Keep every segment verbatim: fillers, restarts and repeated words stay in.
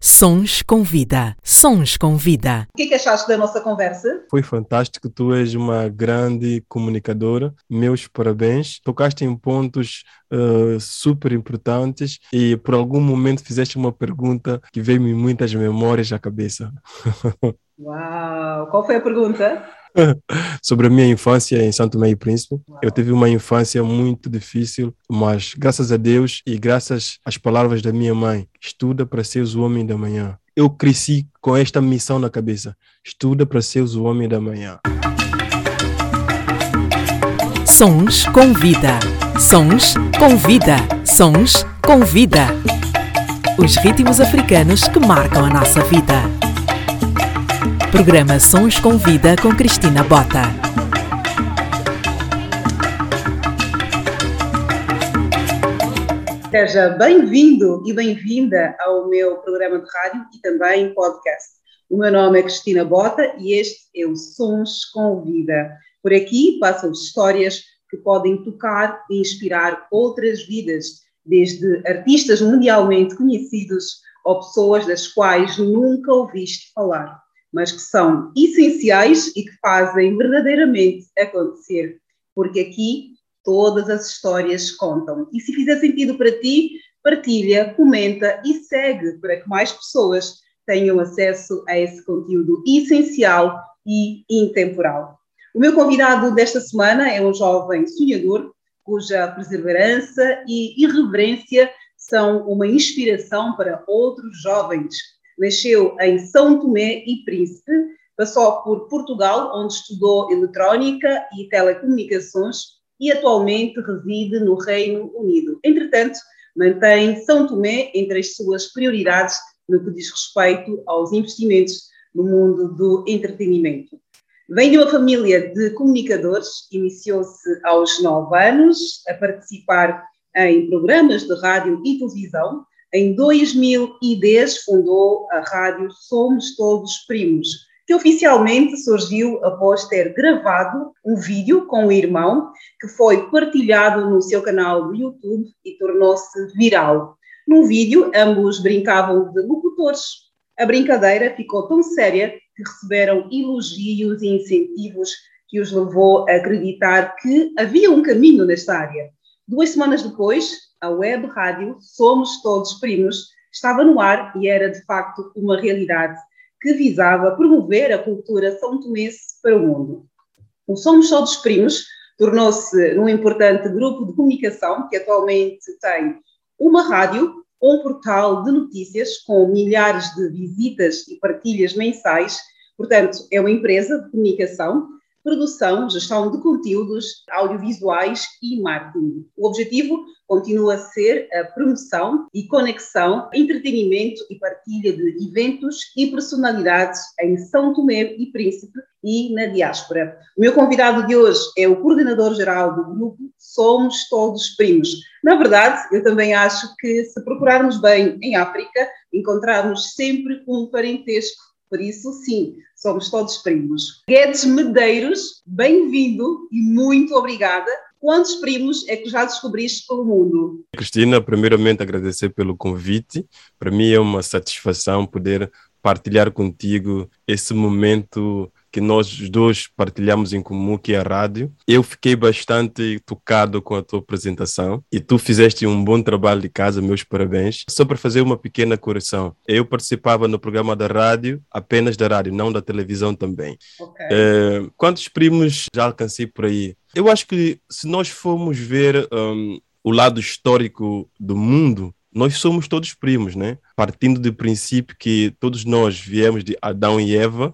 Sons com Vida. Sons com Vida. O que é que achaste da nossa conversa? Foi fantástico, tu és uma grande comunicadora, meus parabéns. Tocaste em pontos uh, super importantes e por algum momento fizeste uma pergunta que veio-me muitas memórias à cabeça. Uau! Qual foi a pergunta? Sobre a minha infância em São Tomé e Príncipe. Uau. Eu tive uma infância muito difícil, mas graças a Deus e graças às palavras da minha mãe, estuda para seres o homem da manhã. Eu cresci com esta missão na cabeça, estuda para seres o homem da manhã. Sons com Vida. Sons com Vida. Sons com Vida. Os ritmos africanos que marcam a nossa vida. Programa Sons com Vida com Cristina Bota. Seja bem-vindo e bem-vinda ao meu programa de rádio e também podcast. O meu nome é Cristina Bota e este é o Sons com Vida. Por aqui passam histórias que podem tocar e inspirar outras vidas, desde artistas mundialmente conhecidos ou pessoas das quais nunca ouviste falar, mas que são essenciais e que fazem verdadeiramente acontecer, porque aqui todas as histórias contam. E se fizer sentido para ti, partilha, comenta e segue para que mais pessoas tenham acesso a esse conteúdo essencial e intemporal. O meu convidado desta semana é um jovem sonhador, cuja perseverança e irreverência são uma inspiração para outros jovens. Nasceu em São Tomé e Príncipe, passou por Portugal, onde estudou eletrónica e telecomunicações e atualmente reside no Reino Unido. Entretanto, mantém São Tomé entre as suas prioridades no que diz respeito aos investimentos no mundo do entretenimento. Vem de uma família de comunicadores, iniciou-se aos nove anos a participar em programas de rádio e televisão. Em dois mil e dez fundou a rádio Somos Todos Primos, que oficialmente surgiu após ter gravado um vídeo com o irmão, que foi partilhado no seu canal do YouTube e tornou-se viral. No vídeo, ambos brincavam de locutores. A brincadeira ficou tão séria que receberam elogios e incentivos que os levou a acreditar que havia um caminho nesta área. Duas semanas depois, a web rádio Somos Todos Primos estava no ar e era de facto uma realidade que visava promover a cultura são-tomense para o mundo. O Somos Todos Primos tornou-se num importante grupo de comunicação que atualmente tem uma rádio, um portal de notícias com milhares de visitas e partilhas mensais. Portanto, é uma empresa de comunicação, produção, gestão de conteúdos audiovisuais e marketing. O objetivo continua a ser a promoção e conexão, entretenimento e partilha de eventos e personalidades em São Tomé e Príncipe e na diáspora. O meu convidado de hoje é o coordenador-geral do grupo Somos Todos Primos. Na verdade, eu também acho que se procurarmos bem em África, encontrarmos sempre um parentesco. Por isso, sim, somos todos primos. Guedes Medeiros, bem-vindo e muito obrigada. Quantos primos é que já descobriste pelo mundo? Cristina, primeiramente agradecer pelo convite. Para mim é uma satisfação poder partilhar contigo esse momento que nós dois partilhamos em comum, que é a rádio. Eu fiquei bastante tocado com a tua apresentação e tu fizeste um bom trabalho de casa, meus parabéns. Só para fazer uma pequena correção, eu participava no programa da rádio, apenas da rádio, não da televisão também. Okay. É, quantos primos já alcancei por aí? Eu acho que se nós formos ver um, o lado histórico do mundo, nós somos todos primos, né? Partindo do princípio que todos nós viemos de Adão e Eva,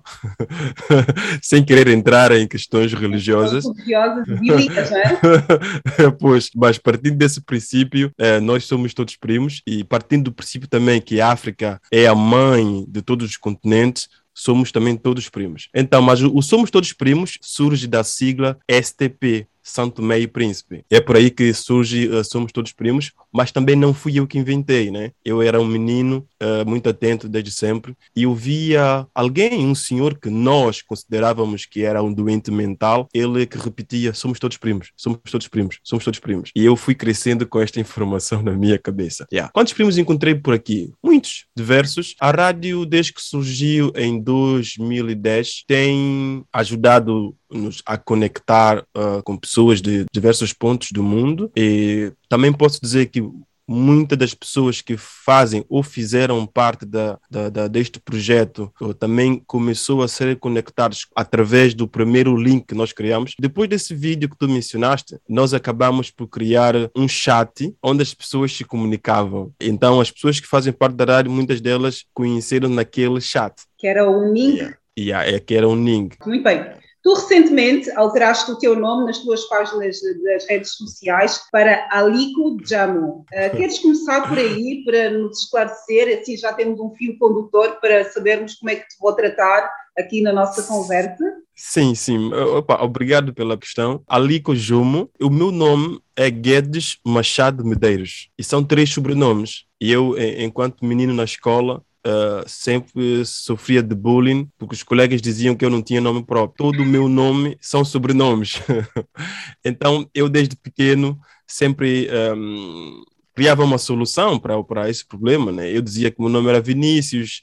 sem querer entrar em questões religiosas. Religiosas, bíblicas, não é? Pois, mas partindo desse princípio, eh, nós somos todos primos, e partindo do princípio também que a África é a mãe de todos os continentes, somos também todos primos. Então, mas o, o Somos Todos Primos surge da sigla S T P, São Tomé e Príncipe. É por aí que surge uh, Somos Todos Primos, mas também não fui eu que inventei, né? Eu era um menino uh, muito atento desde sempre e eu via alguém, um senhor que nós considerávamos que era um doente mental, ele que repetia: somos todos primos, somos todos primos, somos todos primos. E eu fui crescendo com esta informação na minha cabeça. Yeah. Quantos primos encontrei por aqui? Muitos, diversos. A rádio, desde que surgiu em dois mil e dez, tem ajudado-nos a conectar uh, com pessoas de diversos pontos do mundo, e também posso dizer que muitas das pessoas que fazem ou fizeram parte da, da, da, deste projeto também começou a ser conectados através do primeiro link que nós criamos. Depois desse vídeo que tu mencionaste, nós acabamos por criar um chat onde as pessoas se comunicavam. Então, as pessoas que fazem parte da rádio, muitas delas conheceram naquele chat. Que era o Ning. Yeah. Yeah, é que era um Ning. Muito bem. Tu recentemente alteraste o teu nome nas tuas páginas das redes sociais para Aliko Jammou. Uh, queres começar por aí para nos esclarecer? Assim já temos um fio condutor para sabermos como é que te vou tratar aqui na nossa conversa. Sim, sim. Opa, obrigado pela questão. Aliko Jammou. O meu nome é Guedes Machado Medeiros e são três sobrenomes. E eu, enquanto menino na escola, Uh, sempre sofria de bullying, porque os colegas diziam que eu não tinha nome próprio. Todo o meu nome são sobrenomes. Então, eu desde pequeno sempre um, criava uma solução para, para esse problema, né? Eu dizia que meu nome era Vinícius,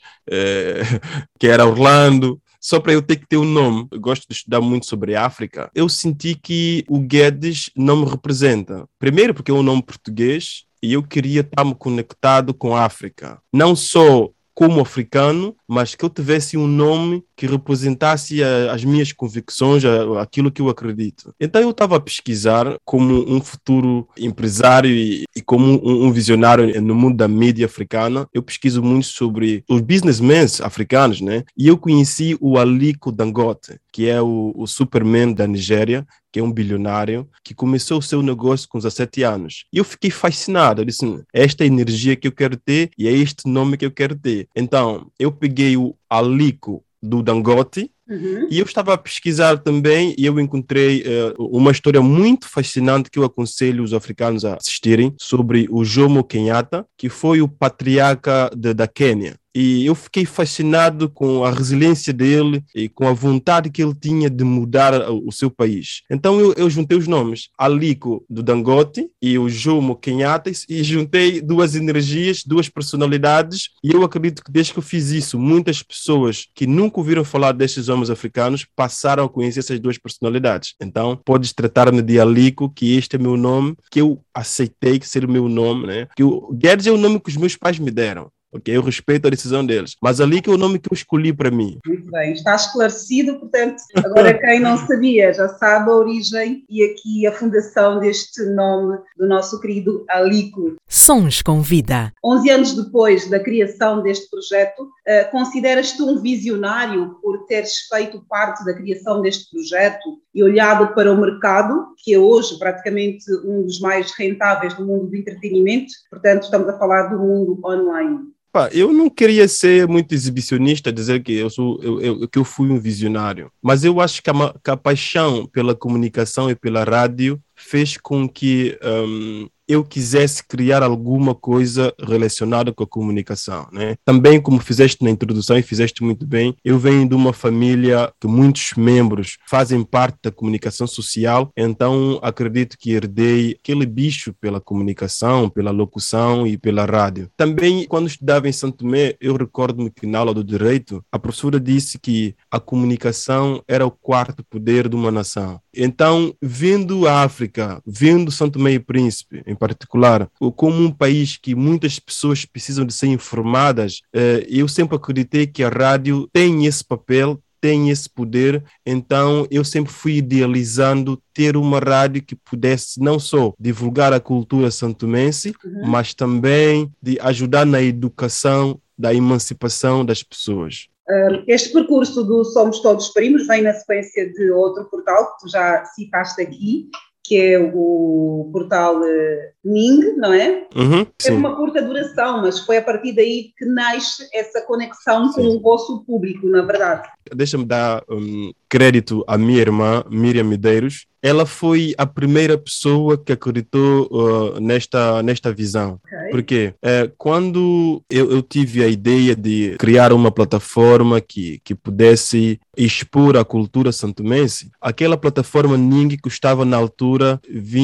uh, que era Orlando, só para eu ter que ter um nome. Eu gosto de estudar muito sobre a África. Eu senti que o Guedes não me representa. Primeiro porque é um nome português e eu queria estar-me conectado com a África. Não só como africano, mas que eu tivesse um nome que representasse a, as minhas convicções, a, aquilo que eu acredito. Então eu estava a pesquisar como um futuro empresário e, e como um, um visionário no mundo da mídia africana. Eu pesquiso muito sobre os businessmen africanos, né? E eu conheci o Aliko Dangote, que é o, o Superman da Nigéria, que é um bilionário, que começou o seu negócio com dezessete anos. E eu fiquei fascinado. Eu disse: é esta energia que eu quero ter e é este nome que eu quero ter. Então, eu peguei o Aliko do Dangote, uhum. E eu estava a pesquisar também e eu encontrei uh, uma história muito fascinante que eu aconselho os africanos a assistirem, sobre o Jomo Kenyatta, que foi o patriarca de, da Quênia. E eu fiquei fascinado com a resiliência dele e com a vontade que ele tinha de mudar o seu país. Então eu, eu juntei os nomes, Aliko do Dangote e o Jomo Kenyatta, e juntei duas energias, duas personalidades, e eu acredito que desde que eu fiz isso, muitas pessoas que nunca ouviram falar destes homens africanos passaram a conhecer essas duas personalidades. Então podes tratar-me de Aliko, que este é meu nome, que eu aceitei ser o meu nome, né? Que o Guedes é o nome que os meus pais me deram. Ok, eu respeito a decisão deles, mas ali que é o nome que eu escolhi para mim. Muito bem, está esclarecido, portanto, agora quem não sabia já sabe a origem e aqui a fundação deste nome do nosso querido Aliko. Sons com Vida. onze anos depois da criação deste projeto, uh, consideras-te um visionário por teres feito parte da criação deste projeto e olhado para o mercado, que é hoje praticamente um dos mais rentáveis do mundo do entretenimento, portanto estamos a falar do mundo online. Pá, eu não queria ser muito exibicionista, dizer que eu, sou, eu, eu, que eu fui um visionário, mas eu acho que a, que a paixão pela comunicação e pela rádio fez com que um, eu quisesse criar alguma coisa relacionada com a comunicação, né? Também, como fizeste na introdução e fizeste muito bem, eu venho de uma família que muitos membros fazem parte da comunicação social, então acredito que herdei aquele bicho pela comunicação, pela locução e pela rádio. Também, quando estudava em São Tomé, eu recordo-me que na aula do Direito, a professora disse que a comunicação era o quarto poder de uma nação. Então, vendo a África, vendo São Tomé e Príncipe, em particular, como um país que muitas pessoas precisam de ser informadas, eu sempre acreditei que a rádio tem esse papel, tem esse poder, então eu sempre fui idealizando ter uma rádio que pudesse não só divulgar a cultura santomense, uhum. mas também de ajudar na educação, da emancipação das pessoas. Este percurso do Somos Todos Primos vem na sequência de outro portal que tu já citaste aqui, que é o portal uh, Ning, não é? Uhum, Teve uma curta duração, mas foi a partir daí que nasce essa conexão sim. com o vosso público, na verdade. Deixa-me dar um, crédito à minha irmã, Miriam Medeiros. Ela foi a primeira pessoa que acreditou uh, nesta, nesta visão. Okay. Porque é, quando eu, eu tive a ideia de criar uma plataforma que, que pudesse expor a cultura santomense, aquela plataforma Ning custava na altura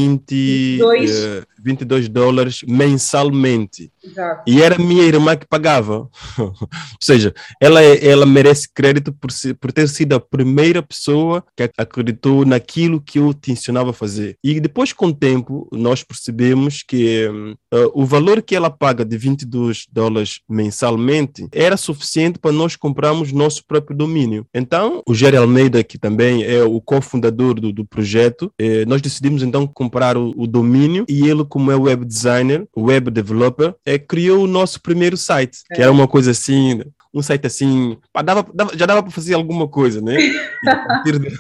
vinte, uh, vinte e dois dólares mensalmente. Exato. E era minha irmã que pagava. Ou seja, ela, ela merece crédito por, por ter sido a primeira pessoa que acreditou naquilo que eu te ensinava a fazer. E depois, com o tempo, nós percebemos que uh, o valor que ela paga de vinte e dois dólares mensalmente era suficiente para nós comprarmos nosso próprio domínio. Então, o Jerry Almeida, que também é o cofundador do, do projeto, eh, nós decidimos então comprar o, o domínio, e ele, como é web designer, web developer, é, criou o nosso primeiro site, que era uma coisa assim, um site assim, pá, dava, dava, já dava para fazer alguma coisa, né? E a partir de,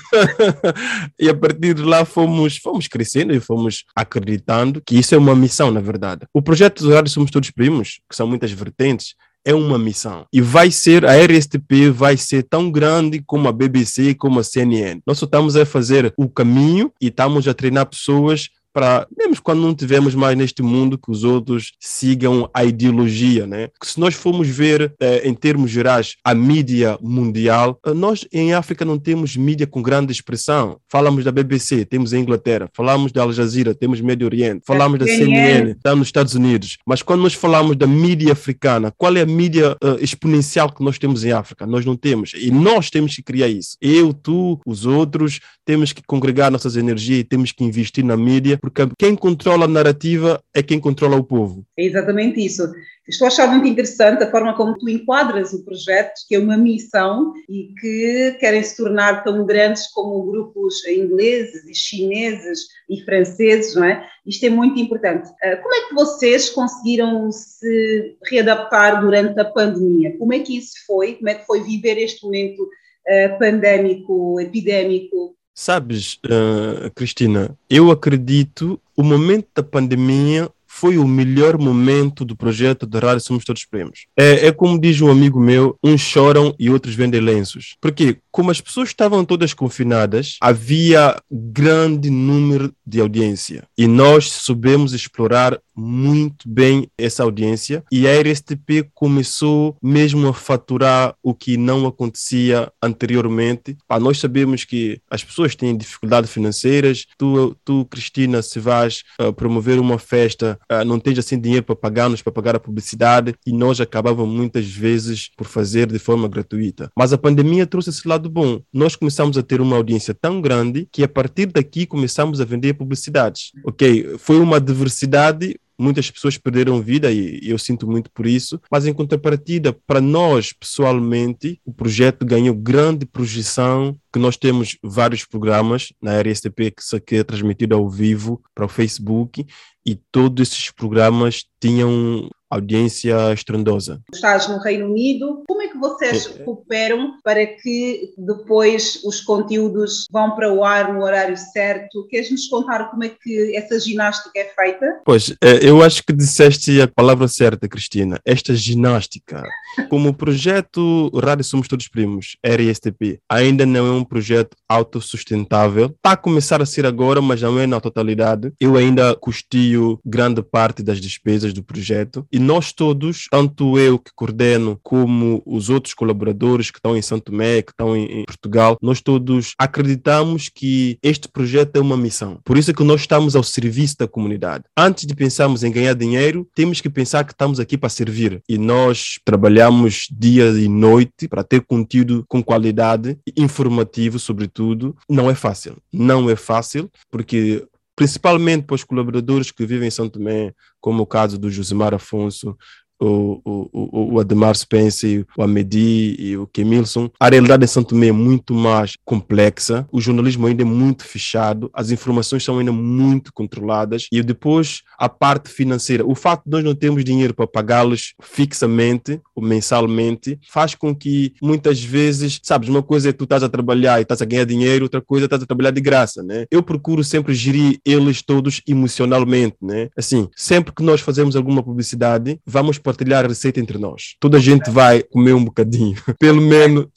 e a partir de lá fomos, fomos crescendo e fomos acreditando que isso é uma missão, na verdade. O projeto do Rádio Somos Todos Primos, que são muitas vertentes, é uma missão. E vai ser, a R S T P vai ser tão grande como a B B C, como a C N N. Nós só estamos a fazer o caminho e estamos a treinar pessoas para, mesmo quando não tivermos mais neste mundo, que os outros sigam a ideologia, né? Que se nós formos ver, eh, em termos gerais, a mídia mundial, nós em África não temos mídia com grande expressão. Falamos da B B C, temos a Inglaterra. Falamos da Al Jazeera, temos Médio Oriente. Falamos da C N N, está nos Estados Unidos. Mas quando nós falamos da mídia africana, qual é a mídia uh, exponencial que nós temos em África? Nós não temos. E nós temos que criar isso. Eu, tu, os outros, temos que congregar nossas energias e temos que investir na mídia, porque quem controla a narrativa é quem controla o povo. É exatamente isso. Estou a achar muito interessante a forma como tu enquadras o projeto, que é uma missão e que querem se tornar tão grandes como grupos ingleses e chineses e franceses, não é? Isto é muito importante. Como é que vocês conseguiram se readaptar durante a pandemia? Como é que isso foi? Como é que foi viver este momento uh, pandémico, epidémico? Sabes, uh, Cristina, eu acredito o momento da pandemia foi o melhor momento do projeto da Rádio Somos Todos Primos. É, é como diz um amigo meu, uns choram e outros vendem lenços. Porque como as pessoas estavam todas confinadas, havia grande número de audiência. E nós soubemos explorar muito bem essa audiência. E a R S T P começou mesmo a faturar o que não acontecia anteriormente. Pá, nós sabemos que as pessoas têm dificuldades financeiras. Tu, tu Cristina, se vais uh, promover uma festa, uh, não tens assim dinheiro para pagar-nos, para pagar a publicidade. E nós acabávamos muitas vezes por fazer de forma gratuita. Mas a pandemia trouxe esse lado bom. Nós começamos a ter uma audiência tão grande que a partir daqui começamos a vender publicidades. Ok, foi uma diversidade. Muitas pessoas perderam vida e eu sinto muito por isso, mas em contrapartida, para nós, pessoalmente, o projeto ganhou grande projeção, que nós temos vários programas na R S T P que é transmitido ao vivo para o Facebook e todos esses programas tinham audiência estrondosa. Estás no Reino Unido, como é que vocês é. cooperam para que depois os conteúdos vão para o ar no horário certo? Queres nos contar como é que essa ginástica é feita? Pois, eu acho que disseste a palavra certa, Cristina, esta ginástica. Como o projeto Rádio Somos Todos Primos, R S T P, ainda não é um projeto autossustentável, está a começar a ser agora, mas não é na totalidade. Eu ainda custeio grande parte das despesas do projeto. E nós todos, tanto eu que coordeno, como os outros colaboradores que estão em São Tomé, que estão em, em Portugal, nós todos acreditamos que este projeto é uma missão. Por isso é que nós estamos ao serviço da comunidade. Antes de pensarmos em ganhar dinheiro, temos que pensar que estamos aqui para servir. E nós trabalhamos dia e noite para ter conteúdo com qualidade, informativo sobretudo. Não é fácil. Não é fácil, porque principalmente para os colaboradores que vivem em São Tomé, como o caso do Josimar Afonso, o, o, o Ademar Spence, o Amedi e o Kemilson. A realidade em São Tomé é muito mais complexa, o jornalismo ainda é muito fechado, as informações são ainda muito controladas e depois a parte financeira, o facto de nós não termos dinheiro para pagá-los fixamente ou mensalmente, faz com que muitas vezes, sabes, uma coisa é que tu estás a trabalhar e estás a ganhar dinheiro, outra coisa é que estás a trabalhar de graça, né? Eu procuro sempre gerir eles todos emocionalmente, né? Assim, sempre que nós fazemos alguma publicidade, vamos partilhar a receita entre nós. Toda a gente vai comer um bocadinho. Pelo menos,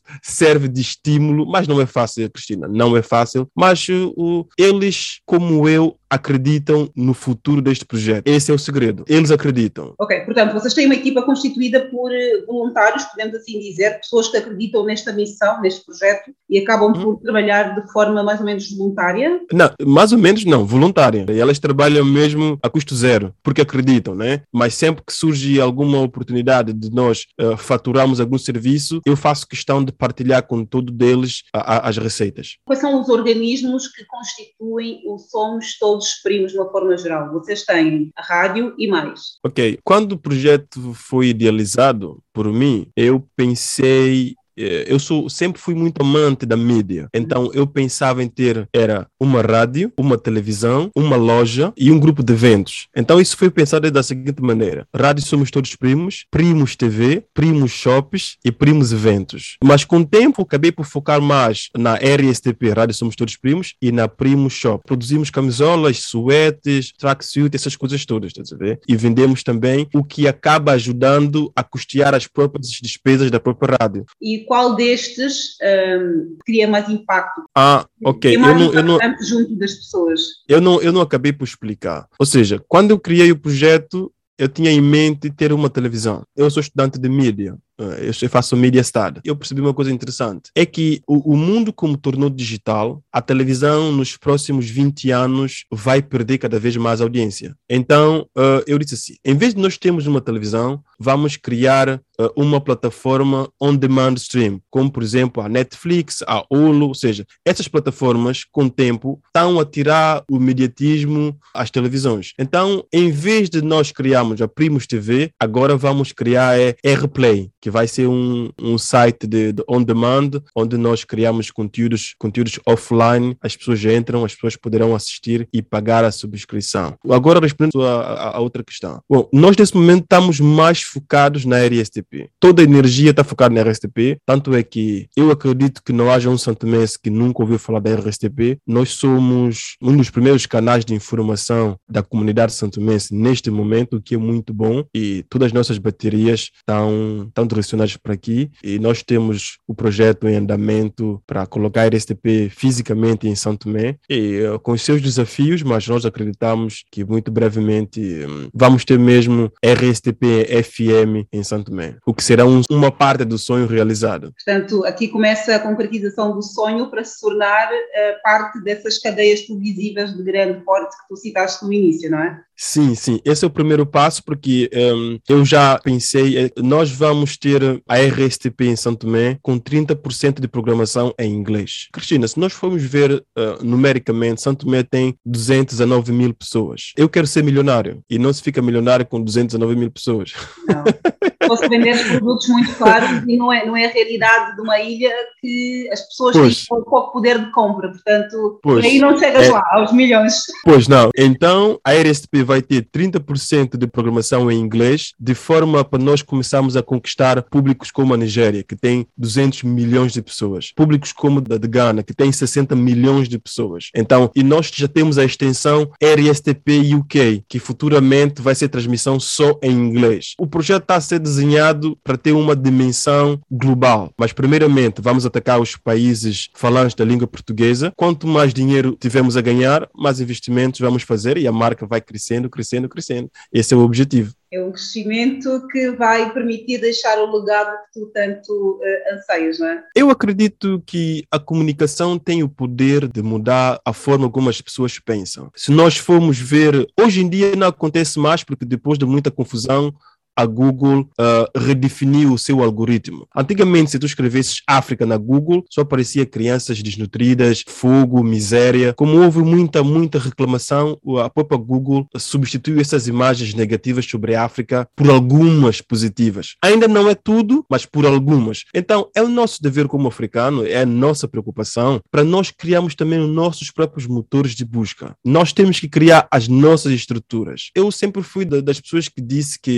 serve de estímulo, mas não é fácil, Cristina, não é fácil, mas uh, eles, como eu, acreditam no futuro deste projeto. Esse é o segredo. Eles acreditam. Ok, portanto, vocês têm uma equipa constituída por voluntários, podemos assim dizer, pessoas que acreditam nesta missão, neste projeto, e acabam por hum. trabalhar de forma mais ou menos voluntária? Não, mais ou menos não, voluntária. E elas trabalham mesmo a custo zero, porque acreditam, né? Mas sempre que surge alguma oportunidade de nós uh, faturarmos algum serviço, eu faço questão de partilhar com todos deles a, a, as receitas. Quais são os organismos que constituem o Somos Todos Primos de uma forma geral? Vocês têm a rádio e mais. Ok, quando o projeto foi idealizado por mim, eu pensei... Eu sou, sempre fui muito amante da mídia, então eu pensava em ter era uma rádio, uma televisão, uma loja e um grupo de eventos. Então isso foi pensado da seguinte maneira: rádio Somos Todos Primos, Primos T V, Primos Shops e Primos Eventos. Mas com o tempo acabei por focar mais na R S T P, Rádio Somos Todos Primos, e na Primos Shop. Produzimos camisolas, suetes, tracksuit, essas coisas todas, tá a ver? E vendemos também, o que acaba ajudando a custear as próprias despesas da própria rádio. E qual destes um, cria mais impacto? Ah, ok. Cria mais eu não, eu não, junto das pessoas? Eu não, eu não acabei por explicar. Ou seja, quando eu criei o projeto, eu tinha em mente ter uma televisão. Eu sou estudante de mídia. Eu faço Media Study. Eu percebi uma coisa interessante. É que o, o mundo como tornou digital, a televisão nos próximos vinte anos vai perder cada vez mais audiência. Então, uh, eu disse assim, em vez de nós termos uma televisão, vamos criar uh, uma plataforma on-demand stream, como por exemplo a Netflix, a Hulu, ou seja, essas plataformas com o tempo estão a tirar o mediatismo às televisões. Então, em vez de nós criarmos a Primos T V, agora vamos criar a R-Play, que vai ser um, um site de, de on-demand, onde nós criamos conteúdos, conteúdos offline, as pessoas entram, as pessoas poderão assistir e pagar a subscrição. Agora, respondendo a, a, a outra questão. Bom, nós nesse momento estamos mais focados na R S T P. Toda a energia está focada na R S T P, tanto é que eu acredito que não haja um santomense que nunca ouviu falar da R S T P. Nós somos um dos primeiros canais de informação da comunidade santomense neste momento, o que é muito bom, e todas as nossas baterias estão, estão direcionadas para aqui, e nós temos o projeto em andamento para colocar a R S T P fisicamente em São Tomé, e uh, com os seus desafios, mas nós acreditamos que muito brevemente um, vamos ter mesmo R S T P F M em São Tomé, o que será um, uma parte do sonho realizado. Portanto, aqui começa a concretização do sonho para se tornar uh, parte dessas cadeias televisivas de grande porte que tu citaste no início, não é? Sim, sim. Esse é o primeiro passo, porque um, eu já pensei, nós vamos ter a R S T P em São Tomé com trinta por cento de programação em inglês. Cristina, se nós formos ver uh, numericamente, São Tomé tem duzentos e nove mil pessoas. Eu quero ser milionário, e não se fica milionário com duzentos e nove mil pessoas. Não. Posso vender produtos muito caros e não é, não é a realidade de uma ilha que as pessoas pois. têm pouco poder de compra, portanto, pois. aí não chegas é. lá, aos milhões. Pois não. Então, a R S T P vai ter trinta por cento de programação em inglês, de forma para nós começarmos a conquistar públicos como a Nigéria, que tem duzentos milhões de pessoas, públicos como a de Ghana, que tem sessenta milhões de pessoas. Então, e nós já temos a extensão R S T P U K, que futuramente vai ser transmissão só em inglês. O projeto está a ser desenhado para ter uma dimensão global, mas primeiramente vamos atacar os países falantes da língua portuguesa. Quanto mais dinheiro tivermos a ganhar, mais investimentos vamos fazer e a marca vai crescendo, crescendo, crescendo. Esse é o objetivo. É um crescimento que vai permitir deixar o legado que tu tanto uh, anseias, não é? Eu acredito que a comunicação tem o poder de mudar a forma como as pessoas pensam. Se nós formos ver, hoje em dia não acontece mais, porque depois de muita confusão, a Google uh, redefiniu o seu algoritmo. Antigamente, se tu escrevesses África na Google, só aparecia crianças desnutridas, fogo, miséria. Como houve muita, muita reclamação, a própria Google substituiu essas imagens negativas sobre a África por algumas positivas. Ainda não é tudo, mas por algumas. Então, é o nosso dever como africano, é a nossa preocupação, para nós criarmos também os nossos próprios motores de busca. Nós temos que criar as nossas estruturas. Eu sempre fui das pessoas que disse que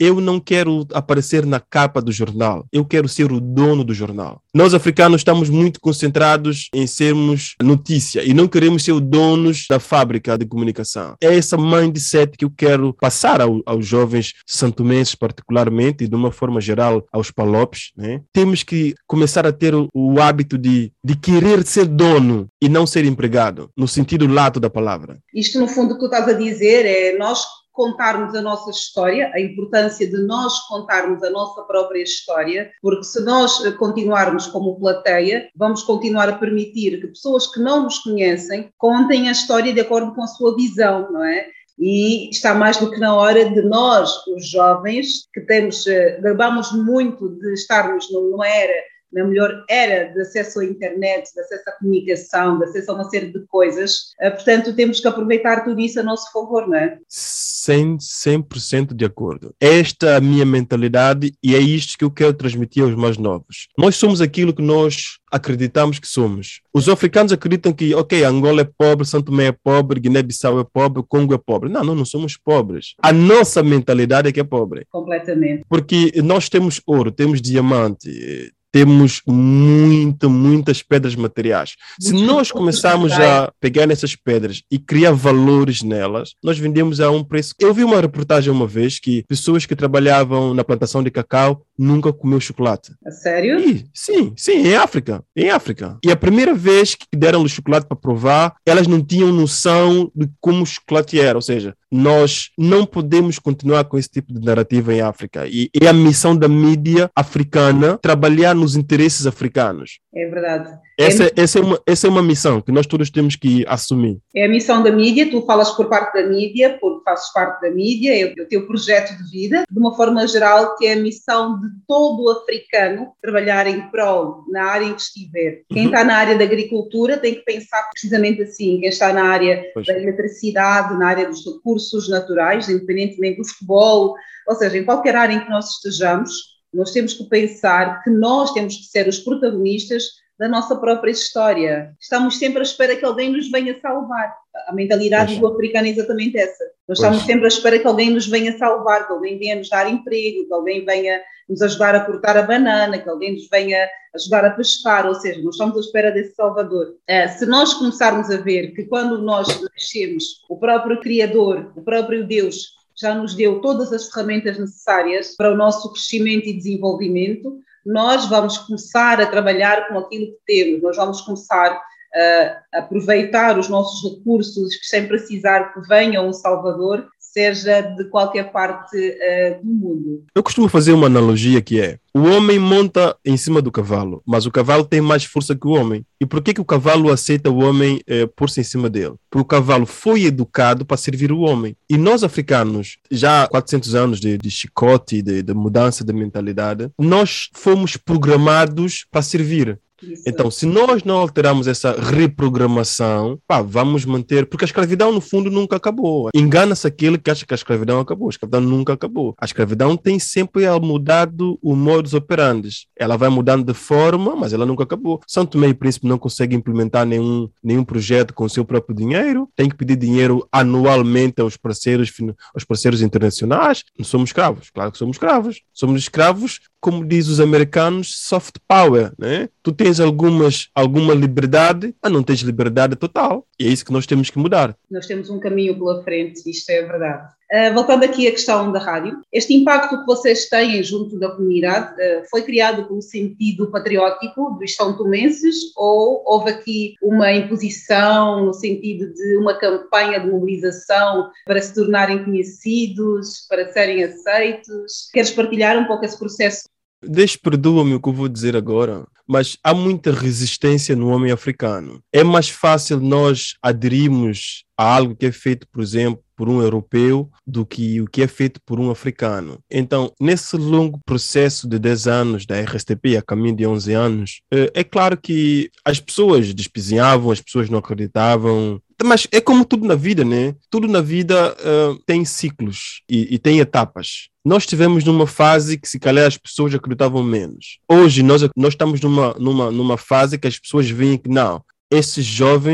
eu não quero aparecer na capa do jornal, eu quero ser o dono do jornal. Nós africanos estamos muito concentrados em sermos notícia e não queremos ser os donos da fábrica de comunicação. É essa mindset que eu quero passar ao, aos jovens santomenses particularmente e de uma forma geral aos palopes, né? Temos que começar a ter o, o hábito de, de querer ser dono e não ser empregado, no sentido lato da palavra. Isto, no fundo, o que tu estás a dizer é nós contarmos a nossa história, a importância de nós contarmos a nossa própria história, porque se nós continuarmos como plateia, vamos continuar a permitir que pessoas que não nos conhecem contem a história de acordo com a sua visão, não é? E está mais do que na hora de nós, os jovens, que temos, gabamos muito de estarmos numa era, na melhor era de acesso à internet, de acesso à comunicação, de acesso a uma série de coisas. Portanto, temos que aproveitar tudo isso a nosso favor, não é? cem por cento de acordo. Esta é a minha mentalidade e é isto que eu quero transmitir aos mais novos. Nós somos aquilo que nós acreditamos que somos. Os africanos acreditam que, ok, Angola é pobre, São Tomé é pobre, Guiné-Bissau é pobre, Congo é pobre. Não, não, não somos pobres. A nossa mentalidade é que é pobre. Completamente. Porque nós temos ouro, temos diamante, temos muito, muitas pedras materiais. Se nós começarmos a pegar nessas pedras e criar valores nelas, nós vendemos a um preço. Eu vi uma reportagem uma vez que pessoas que trabalhavam na plantação de cacau nunca comeu chocolate. A sério? E, sim, sim, em África, em África. E a primeira vez que deram-lhe chocolate para provar, elas não tinham noção de como o chocolate era, ou seja, nós não podemos continuar com esse tipo de narrativa em África. E é a missão da mídia africana trabalhar nos interesses africanos. É verdade. Essa é, é, essa, é uma, essa é uma missão que nós todos temos que assumir. É a missão da mídia, tu falas por parte da mídia, porque fazes parte da mídia, é o teu projeto de vida, de uma forma geral, que é a missão de todo o africano trabalhar em prol, na área em que estiver. Quem uhum. está na área da agricultura tem que pensar precisamente assim, quem está na área pois. da eletricidade, na área dos recursos naturais, independentemente do futebol, ou seja, em qualquer área em que nós estejamos, nós temos que pensar que nós temos que ser os protagonistas da nossa própria história. Estamos sempre à espera que alguém nos venha salvar. A mentalidade do africano é exatamente essa. Nós estamos pois. sempre à espera que alguém nos venha salvar, que alguém venha nos dar emprego, que alguém venha nos ajudar a cortar a banana, que alguém nos venha ajudar a pescar, ou seja, nós estamos à espera desse salvador. Uh, se nós começarmos a ver que quando nós nascemos, o próprio Criador, o próprio Deus, já nos deu todas as ferramentas necessárias para o nosso crescimento e desenvolvimento, nós vamos começar a trabalhar com aquilo que temos, nós vamos começar a aproveitar os nossos recursos sem precisar que venha um salvador, seja de qualquer parte uh, do mundo. Eu costumo fazer uma analogia que é, o homem monta em cima do cavalo, mas o cavalo tem mais força que o homem. E por que que o cavalo aceita o homem eh, pôr-se em cima dele? Porque o cavalo foi educado para servir o homem. E nós africanos, já há quatrocentos anos de, de chicote, de, de mudança de mentalidade, nós fomos programados para servir. Isso. Então, se nós não alterarmos essa reprogramação, pá, vamos manter... Porque a escravidão, no fundo, nunca acabou. Engana-se aquele que acha que a escravidão acabou. A escravidão nunca acabou. A escravidão tem sempre mudado o modus operandi. Ela vai mudando de forma, mas ela nunca acabou. São Tomé e Príncipe não consegue implementar nenhum, nenhum projeto com o seu próprio dinheiro. Tem que pedir dinheiro anualmente aos parceiros, aos parceiros internacionais. Não somos escravos. Claro que somos escravos. Somos escravos, como diz os americanos, soft power, né? Tu tens algumas, alguma liberdade, mas não tens liberdade total. E é isso que nós temos que mudar. Nós temos um caminho pela frente, isto é verdade. Uh, voltando aqui à questão da rádio, este impacto que vocês têm junto da comunidade uh, foi criado com um sentido patriótico dos são-tomenses ou houve aqui uma imposição no sentido de uma campanha de mobilização para se tornarem conhecidos, para serem aceitos? Queres partilhar um pouco esse processo? Deixe, perdoa-me o que eu vou dizer agora, mas há muita resistência no homem africano. É mais fácil nós aderirmos a algo que é feito, por exemplo, por um europeu do que o que é feito por um africano. Então, nesse longo processo de dez anos da R S T P, a caminho de onze anos, é claro que as pessoas despizinhavam, as pessoas não acreditavam, mas é como tudo na vida, né? Tudo na vida uh, tem ciclos e, e tem etapas. Nós estivemos numa fase que se calhar as pessoas acreditavam menos. Hoje nós, nós estamos numa, numa, numa fase que as pessoas veem que não, esses jovens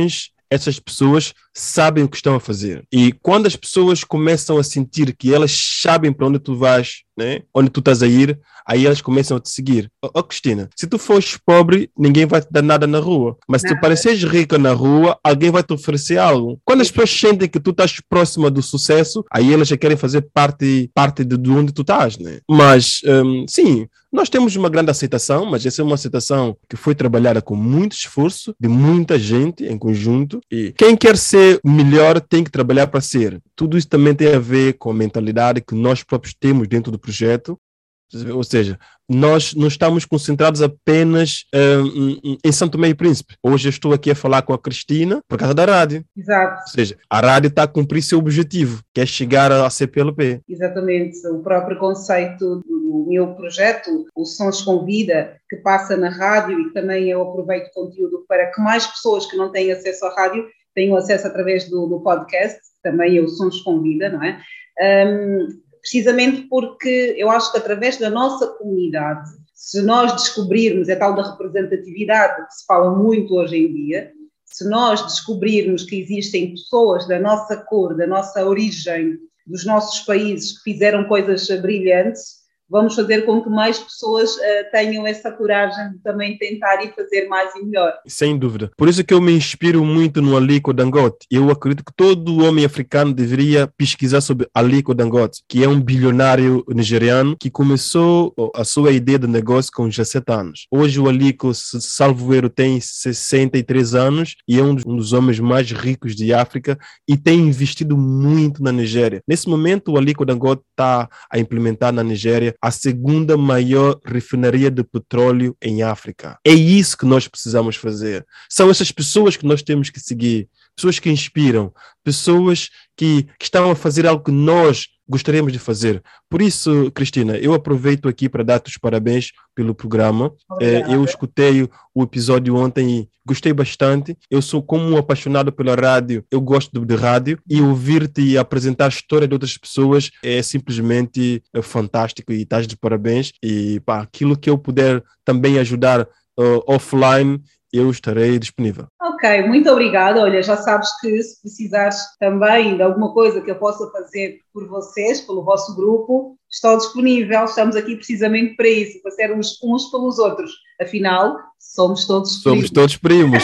essas pessoas sabem o que estão a fazer. E quando as pessoas começam a sentir que elas sabem para onde tu vais, né? Onde tu estás a ir, aí elas começam a te seguir. Ó oh, Cristina, se tu fores pobre, ninguém vai te dar nada na rua. Mas se tu pareceres rica na rua, alguém vai te oferecer algo. Quando as pessoas sentem que tu estás próxima do sucesso, aí elas já querem fazer parte, parte de, de onde tu estás, né? Mas, um, sim, nós temos uma grande aceitação, mas essa é uma aceitação que foi trabalhada com muito esforço, de muita gente em conjunto. E quem quer ser melhor tem que trabalhar para ser. Tudo isso também tem a ver com a mentalidade que nós próprios temos dentro do projeto. Ou seja, nós não estamos concentrados apenas um, em São Tomé e Príncipe. Hoje eu estou aqui a falar com a Cristina por causa da rádio. Exato. Ou seja, a rádio está a cumprir seu objetivo, que é chegar à C P L P. Exatamente. O próprio conceito do meu projeto, o Sons com Vida, que passa na rádio e que também eu aproveito o conteúdo para que mais pessoas que não têm acesso à rádio tenham acesso através do, do podcast, também é o Sons com Vida, não é? Um, precisamente porque eu acho que através da nossa comunidade, se nós descobrirmos a tal da representatividade que se fala muito hoje em dia, se nós descobrirmos que existem pessoas da nossa cor, da nossa origem, dos nossos países que fizeram coisas brilhantes, vamos fazer com que mais pessoas uh, tenham essa coragem de também tentar e fazer mais e melhor. Sem dúvida. Por isso que eu me inspiro muito no Aliko Dangote. Eu acredito que todo homem africano deveria pesquisar sobre Aliko Dangote, que é um bilionário nigeriano que começou a sua ideia de negócio com dezessete anos. Hoje o Aliko, salvo erro, tem sessenta e três anos e é um dos, um dos homens mais ricos de África e tem investido muito na Nigéria. Nesse momento, o Aliko Dangote está a implementar na Nigéria a segunda maior refinaria de petróleo em África. É isso que nós precisamos fazer. São essas pessoas que nós temos que seguir, pessoas que inspiram, pessoas que, que estão a fazer algo que nós gostaríamos de fazer. Por isso, Cristina, eu aproveito aqui para dar-te os parabéns pelo programa. É, eu escutei o episódio ontem e gostei bastante. Eu sou como um apaixonado pela rádio, eu gosto de, de rádio e ouvir-te e apresentar a história de outras pessoas é simplesmente é, fantástico e estás de parabéns. E pá, aquilo que eu puder também ajudar uh, offline, eu estarei disponível. Ok, muito obrigada. Olha, já sabes que se precisares também de alguma coisa que eu possa fazer por vocês, pelo vosso grupo, estou disponível. Estamos aqui precisamente para isso, para sermos uns pelos outros. Afinal, somos todos primos. Somos todos primos.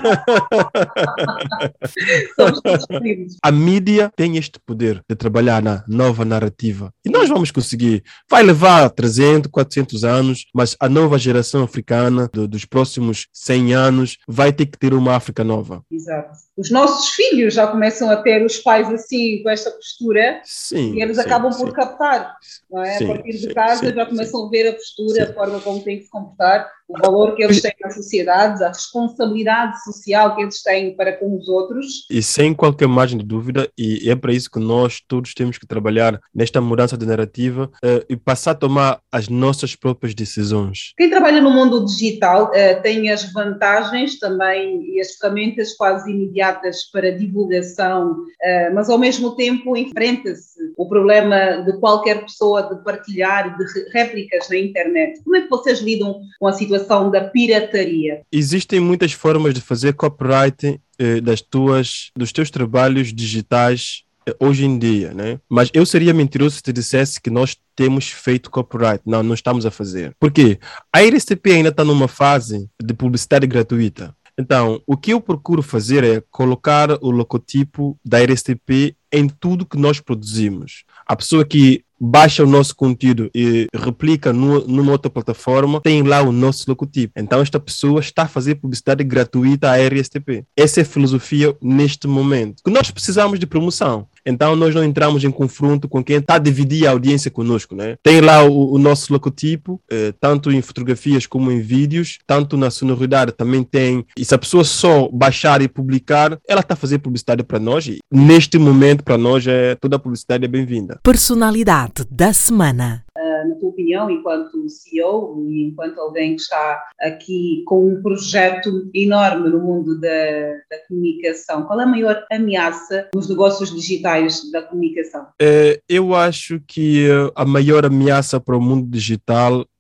Somos todos primos. A mídia tem este poder de trabalhar na nova narrativa. E nós vamos conseguir. Vai levar trezentos, quatrocentos anos, mas a nova geração africana do, dos próximos cem anos vai ter que ter uma África nova. Exato. Os nossos filhos já começam a ter os pais assim, com esta postura, sim, e eles sim, acabam sim. por captar. Não é? Sim, a partir de sim, casa sim, já começam sim. a ver a postura, Sim. a forma como têm que se comportar, o valor que eles têm na sociedade, a responsabilidade social que eles têm para com os outros. E sem qualquer margem de dúvida, e é para isso que nós todos temos que trabalhar nesta mudança de narrativa uh, e passar a tomar as nossas próprias decisões. Quem trabalha no mundo digital uh, tem as vantagens também e as ferramentas quase imediatas para divulgação, uh, mas ao mesmo tempo enfrenta-se o problema de qualquer pessoa de partilhar de réplicas na internet. Como é que vocês lidam com a situação da pirataria? Existem muitas formas de fazer copyright eh, das tuas, dos teus trabalhos digitais eh, hoje em dia, né? Mas eu seria mentiroso se te dissesse que nós temos feito copyright. Não, não estamos a fazer. Por quê? A R S T P ainda está numa fase de publicidade gratuita. Então, o que eu procuro fazer é colocar o logotipo da R S T P em tudo que nós produzimos. A pessoa que baixa o nosso conteúdo e replica no, numa outra plataforma, tem lá o nosso logotipo. Então, esta pessoa está a fazer publicidade gratuita à R S T P. Essa é a filosofia neste momento. Que nós precisamos de promoção. Então, nós não entramos em confronto com quem está a dividir a audiência conosco, né? Tem lá o, o nosso logotipo, eh, tanto em fotografias como em vídeos, tanto na sonoridade também tem. E se a pessoa só baixar e publicar, ela está a fazer publicidade para nós. E neste momento, para nós, é, toda a publicidade é bem-vinda. Personalidade da semana. Uh, na tua opinião, enquanto C E O e enquanto alguém que está aqui com um projeto enorme no mundo da, da comunicação, qual é a maior ameaça nos negócios digitais da comunicação? É, eu acho que a maior ameaça para o mundo digital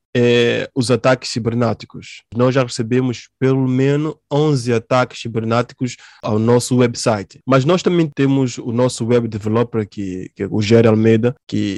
é os ataques cibernéticos. Nós já recebemos pelo menos onze ataques cibernéticos ao nosso website. Mas nós também temos o nosso web developer, que, que é o Jerry Almeida,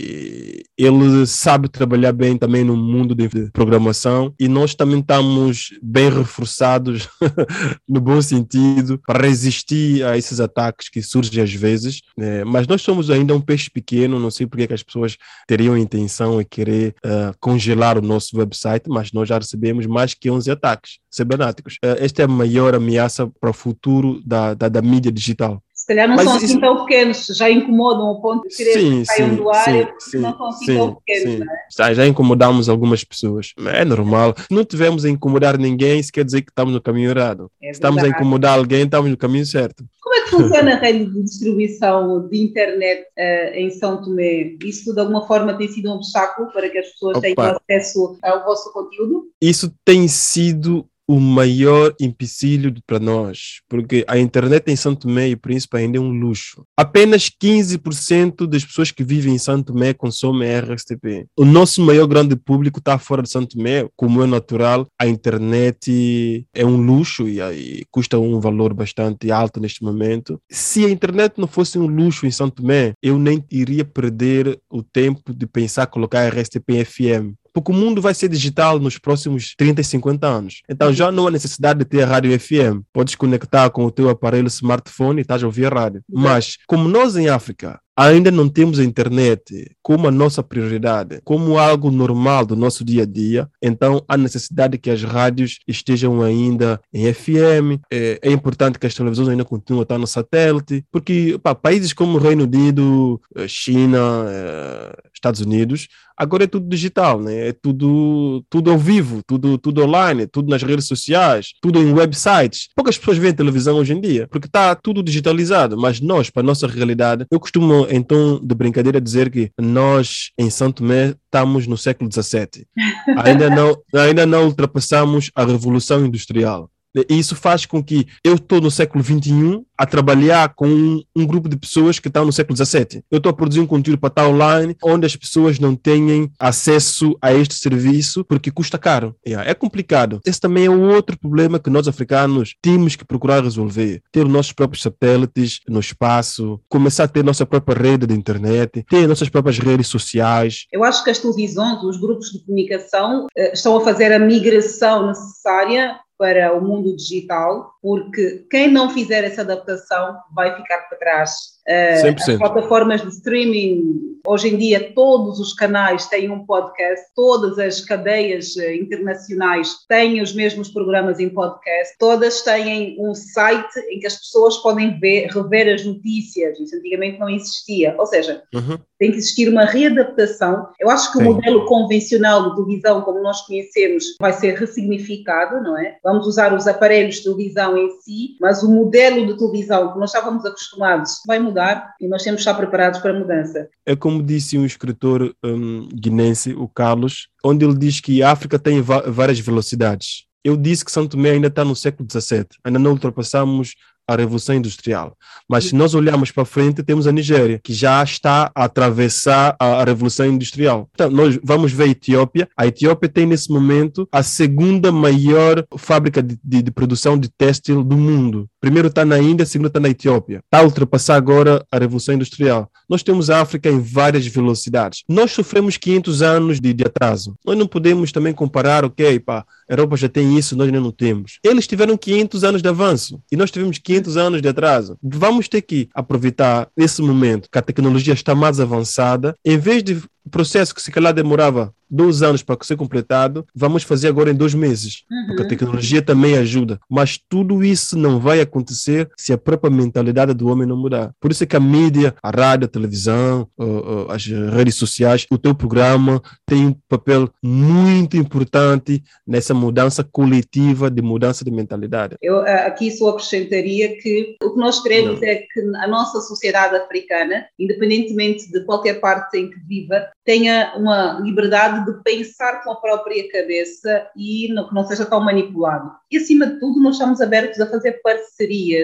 que ele sabe trabalhar bem também no mundo de programação, e nós também estamos bem reforçados no bom sentido para resistir a esses ataques que surgem às vezes, né? Mas nós somos ainda um peixe pequeno, não sei porque é que as pessoas teriam a intenção de querer uh, congelar o nosso website, mas nós já recebemos mais que onze ataques cibernéticos. Uh, esta é a maior ameaça para o futuro da, da, da mídia digital. Se calhar não Mas são isso... assim tão pequenos, já incomodam ao ponto de querer que saiam do ar, sim, porque sim, não são assim sim, tão pequenos, sim. não é? Já, já incomodamos algumas pessoas. É normal. Se não tivermos a incomodar ninguém, isso quer dizer que estamos no caminho errado. É Se estamos a incomodar alguém, estamos no caminho certo. Como é que funciona a rede de distribuição de internet uh, em São Tomé? Isso de alguma forma tem sido um obstáculo para que as pessoas Opa. tenham acesso ao vosso conteúdo? Isso tem sido o maior empecilho para nós, porque a internet em São Tomé e Príncipe ainda é um luxo. Apenas quinze por cento das pessoas que vivem em São Tomé consomem R S T P. O nosso maior grande público está fora de São Tomé, como é natural. A internet é um luxo e, e custa um valor bastante alto neste momento. Se a internet não fosse um luxo em São Tomé, eu nem iria perder o tempo de pensar colocar R S T P F M. Porque o mundo vai ser digital nos próximos trinta e cinquenta anos. Então já não há necessidade de ter a rádio F M. Podes conectar com o teu aparelho smartphone e estás a ouvir a rádio. Mas, como nós em África ainda não temos a internet como a nossa prioridade, como algo normal do nosso dia a dia, então há necessidade que as rádios estejam ainda em F M. É, é importante que as televisões ainda continuem a estar no satélite, porque pá, países como o Reino Unido, China, é, Estados Unidos, agora é tudo digital, né? É tudo, tudo ao vivo, tudo, tudo online, tudo nas redes sociais, tudo em websites. Poucas pessoas veem televisão hoje em dia, porque está tudo digitalizado, mas nós, para a nossa realidade, eu costumo, em tom de brincadeira, dizer que nós, em São Tomé, estamos no século dezassete. Ainda não, ainda não ultrapassamos a Revolução Industrial. E isso faz com que eu estou no século vinte e um a trabalhar com um, um grupo de pessoas que estão no século dezassete. Eu estou a produzir um conteúdo para estar online, onde as pessoas não têm acesso a este serviço porque custa caro. Yeah, é complicado. Esse também é um outro problema que nós africanos temos que procurar resolver. Ter os nossos próprios satélites no espaço, começar a ter nossa própria rede de internet, ter nossas próprias redes sociais. Eu acho que as televisões, os grupos de comunicação estão a fazer a migração necessária para o mundo digital, porque quem não fizer essa adaptação vai ficar para trás. cem por cento. As plataformas de streaming, hoje em dia todos os canais têm um podcast, todas as cadeias internacionais têm os mesmos programas em podcast, todas têm um site em que as pessoas podem ver, rever as notícias. Isso antigamente não existia, ou seja, uhum. tem que existir uma readaptação. Eu acho que Sim. o modelo convencional de televisão, como nós conhecemos, vai ser ressignificado, não é? Vamos usar os aparelhos de televisão em si, mas o modelo de televisão que nós estávamos acostumados vai mudar e nós temos que estar preparados para a mudança. É como disse um escritor um, guinense, o Carlos, onde ele diz que a África tem várias velocidades. Eu disse que São Tomé ainda está no século dezassete, ainda não ultrapassamos a Revolução Industrial. Mas se nós olharmos para frente, temos a Nigéria, que já está a atravessar a Revolução Industrial. Então, nós vamos ver a Etiópia. A Etiópia tem, nesse momento, a segunda maior fábrica de, de, de produção de têxtil do mundo. Primeiro está na Índia, segundo está na Etiópia. Está a ultrapassar agora a Revolução Industrial. Nós temos a África em várias velocidades. Nós sofremos quinhentos anos de, de atraso. Nós não podemos também comparar, ok, pá, a Europa já tem isso, nós ainda não temos. Eles tiveram quinhentos anos de avanço e nós tivemos quinhentos anos de atraso. Vamos ter que aproveitar esse momento que a tecnologia está mais avançada, em vez de o processo que se calhar demorava dois anos para ser completado, vamos fazer agora em dois meses, uhum. porque a tecnologia também ajuda. Mas tudo isso não vai acontecer se a própria mentalidade do homem não mudar. Por isso é que a mídia, a rádio, a televisão, uh, uh, as redes sociais, o teu programa tem um papel muito importante nessa mudança coletiva de mudança de mentalidade. Eu aqui só acrescentaria que o que nós queremos não. é que a nossa sociedade africana, independentemente de qualquer parte em que viva, tenha uma liberdade de pensar com a própria cabeça e não, que não seja tão manipulado. E, acima de tudo, nós estamos abertos a fazer parcerias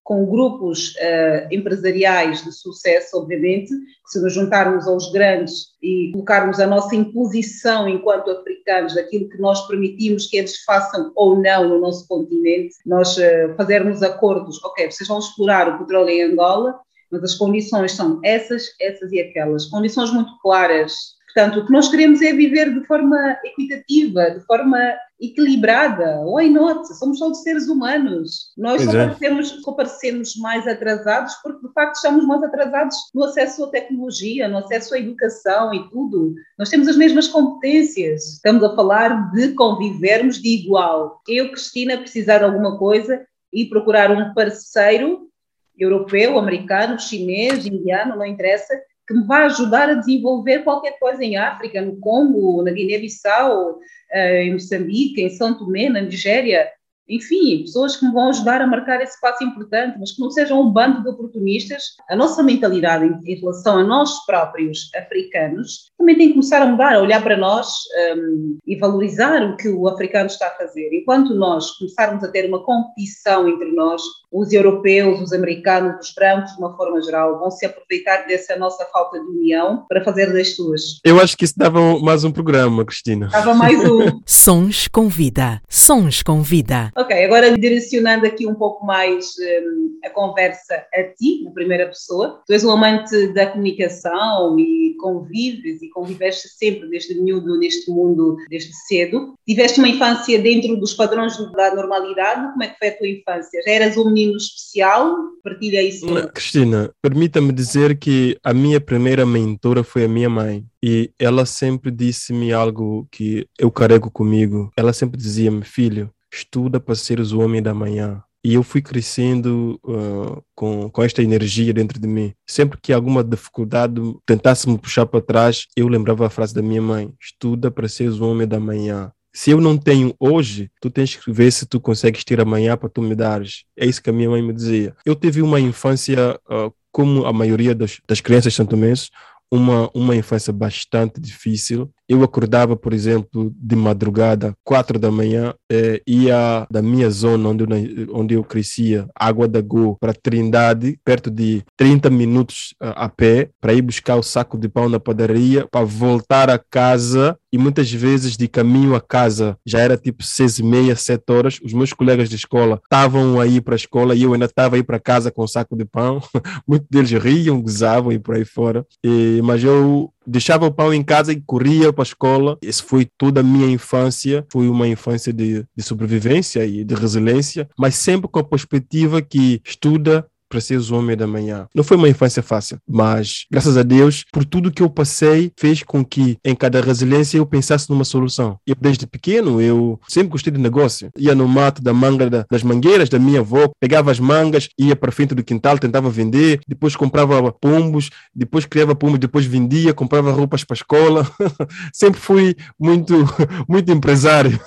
com grupos uh, empresariais de sucesso, obviamente, que se nos juntarmos aos grandes e colocarmos a nossa imposição enquanto africanos, daquilo que nós permitimos que eles façam ou não no nosso continente, nós uh, fazermos acordos, ok, vocês vão explorar o petróleo em Angola, mas as condições são essas, essas e aquelas, condições muito claras. Portanto, o que nós queremos é viver de forma equitativa, de forma equilibrada. Why not? Somos todos seres humanos. Nós só, é. parecemos, só parecemos mais atrasados porque, de facto, estamos mais atrasados no acesso à tecnologia, no acesso à educação e tudo. Nós temos as mesmas competências. Estamos a falar de convivermos de igual. Eu, Cristina, precisar de alguma coisa e procurar um parceiro europeu, americano, chinês, indiano, não interessa, que me vai ajudar a desenvolver qualquer coisa em África, no Congo, na Guiné-Bissau, em Moçambique, em São Tomé, na Nigéria. Enfim, pessoas que me vão ajudar a marcar esse passo importante, mas que não sejam um bando de oportunistas. A nossa mentalidade em, em relação a nós próprios africanos também tem que começar a mudar, a olhar para nós um, e valorizar o que o africano está a fazer. Enquanto nós começarmos a ter uma competição entre nós, os europeus, os americanos, os brancos, de uma forma geral, vão se aproveitar dessa nossa falta de união para fazer das suas. Eu acho que isso dava mais um programa, Cristina. Dava mais um. Sons com vida. Sons com vida. Ok, agora direcionando aqui um pouco mais um, a conversa a ti, na primeira pessoa. Tu és um amante da comunicação e convives e conviveste sempre desde miúdo neste mundo, desde cedo. Tiveste uma infância dentro dos padrões da normalidade. Como é que foi a tua infância? Já eras um menino especial? Partilha isso. Cristina, permita-me dizer que a minha primeira mentora foi a minha mãe. E ela sempre disse-me algo que eu carrego comigo. Ela sempre dizia-me: filho, estuda para seres o homem da manhã. E eu fui crescendo uh, com, com esta energia dentro de mim. Sempre que alguma dificuldade tentasse me puxar para trás, eu lembrava a frase da minha mãe: estuda para seres o homem da manhã. Se eu não tenho hoje, tu tens que ver se tu consegues ter amanhã para tu me dares. É isso que a minha mãe me dizia. Eu tive uma infância, uh, como a maioria das, das crianças santomenses, uma, uma infância bastante difícil. Eu acordava, por exemplo, de madrugada, quatro da manhã, eh, ia da minha zona onde eu, onde eu crescia, Água da Go, para Trindade, perto de trinta minutos uh, a pé, para ir buscar o saco de pão na padaria, para voltar a casa, e muitas vezes de caminho a casa, já era tipo seis e meia, sete horas, os meus colegas de escola estavam aí para a escola e eu ainda estava aí para casa com o saco de pão. Muitos deles riam, gozavam e por aí fora, e, mas eu deixava o pão em casa e corria para a escola. Isso foi toda a minha infância. Foi uma infância de, de sobrevivência e de resiliência, mas sempre com a perspectiva que estuda para seres o homem da manhã. Não foi uma infância fácil, mas graças a Deus, por tudo que eu passei, fez com que em cada resiliência eu pensasse numa solução. Eu desde pequeno, eu sempre gostei de negócio. Ia no mato da manga, da, das mangueiras da minha avó, pegava as mangas, ia para frente do quintal, tentava vender, depois comprava pombos, depois criava pombos, depois vendia, comprava roupas para a escola. Sempre fui muito, muito empresário.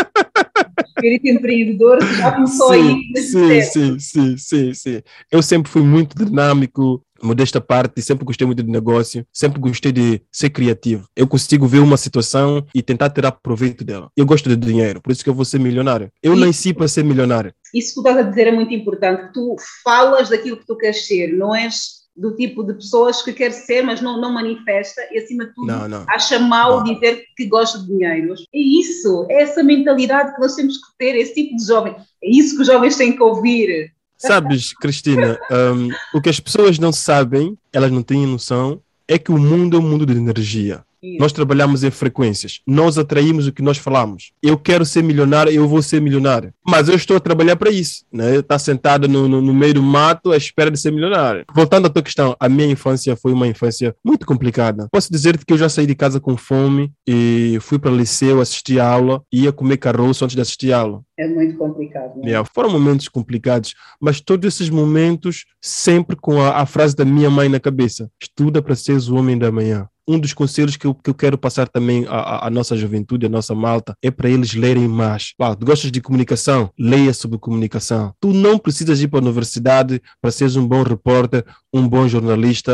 Espírito empreendedor já começou sim, aí. Sim, sim, sim, sim, sim. Eu sempre fui muito dinâmico, modesta parte, sempre gostei muito de negócio, sempre gostei de ser criativo. Eu consigo ver uma situação e tentar tirar proveito dela. Eu gosto de dinheiro, por isso que eu vou ser milionário. Eu Isso. nasci para ser milionário. Isso que tu estás a dizer é muito importante, que tu falas daquilo que tu queres ser, não és do tipo de pessoas que quer ser, mas não, não manifesta, e acima de tudo não, não. acha mal não. dizer que gosta de dinheiro. E isso, é essa mentalidade que nós temos que ter, esse tipo de jovem. É isso que os jovens têm que ouvir. Sabes, Cristina, um, o que as pessoas não sabem, elas não têm noção, é que o mundo é um mundo de energia. Isso. Nós trabalhamos em frequências, nós atraímos o que nós falamos. Eu quero ser milionário, eu vou ser milionário, mas eu estou a trabalhar para isso, né? Está sentado no, no, no meio do mato à espera de ser milionário. Voltando à tua questão, a minha infância foi uma infância muito complicada. Posso dizer-te que eu já saí de casa com fome e fui para o liceu, assisti a aula, ia comer caroço antes de assistir a aula. É muito complicado, né? Yeah, foram momentos complicados, mas todos esses momentos sempre com a, a frase da minha mãe na cabeça: estuda para seres o homem da manhã. Um dos conselhos que eu, que eu quero passar também à, à nossa juventude, à nossa malta, é para eles lerem mais. Uau, tu gostas de comunicação? Leia sobre comunicação. Tu não precisas ir para a universidade para seres um bom repórter, um bom jornalista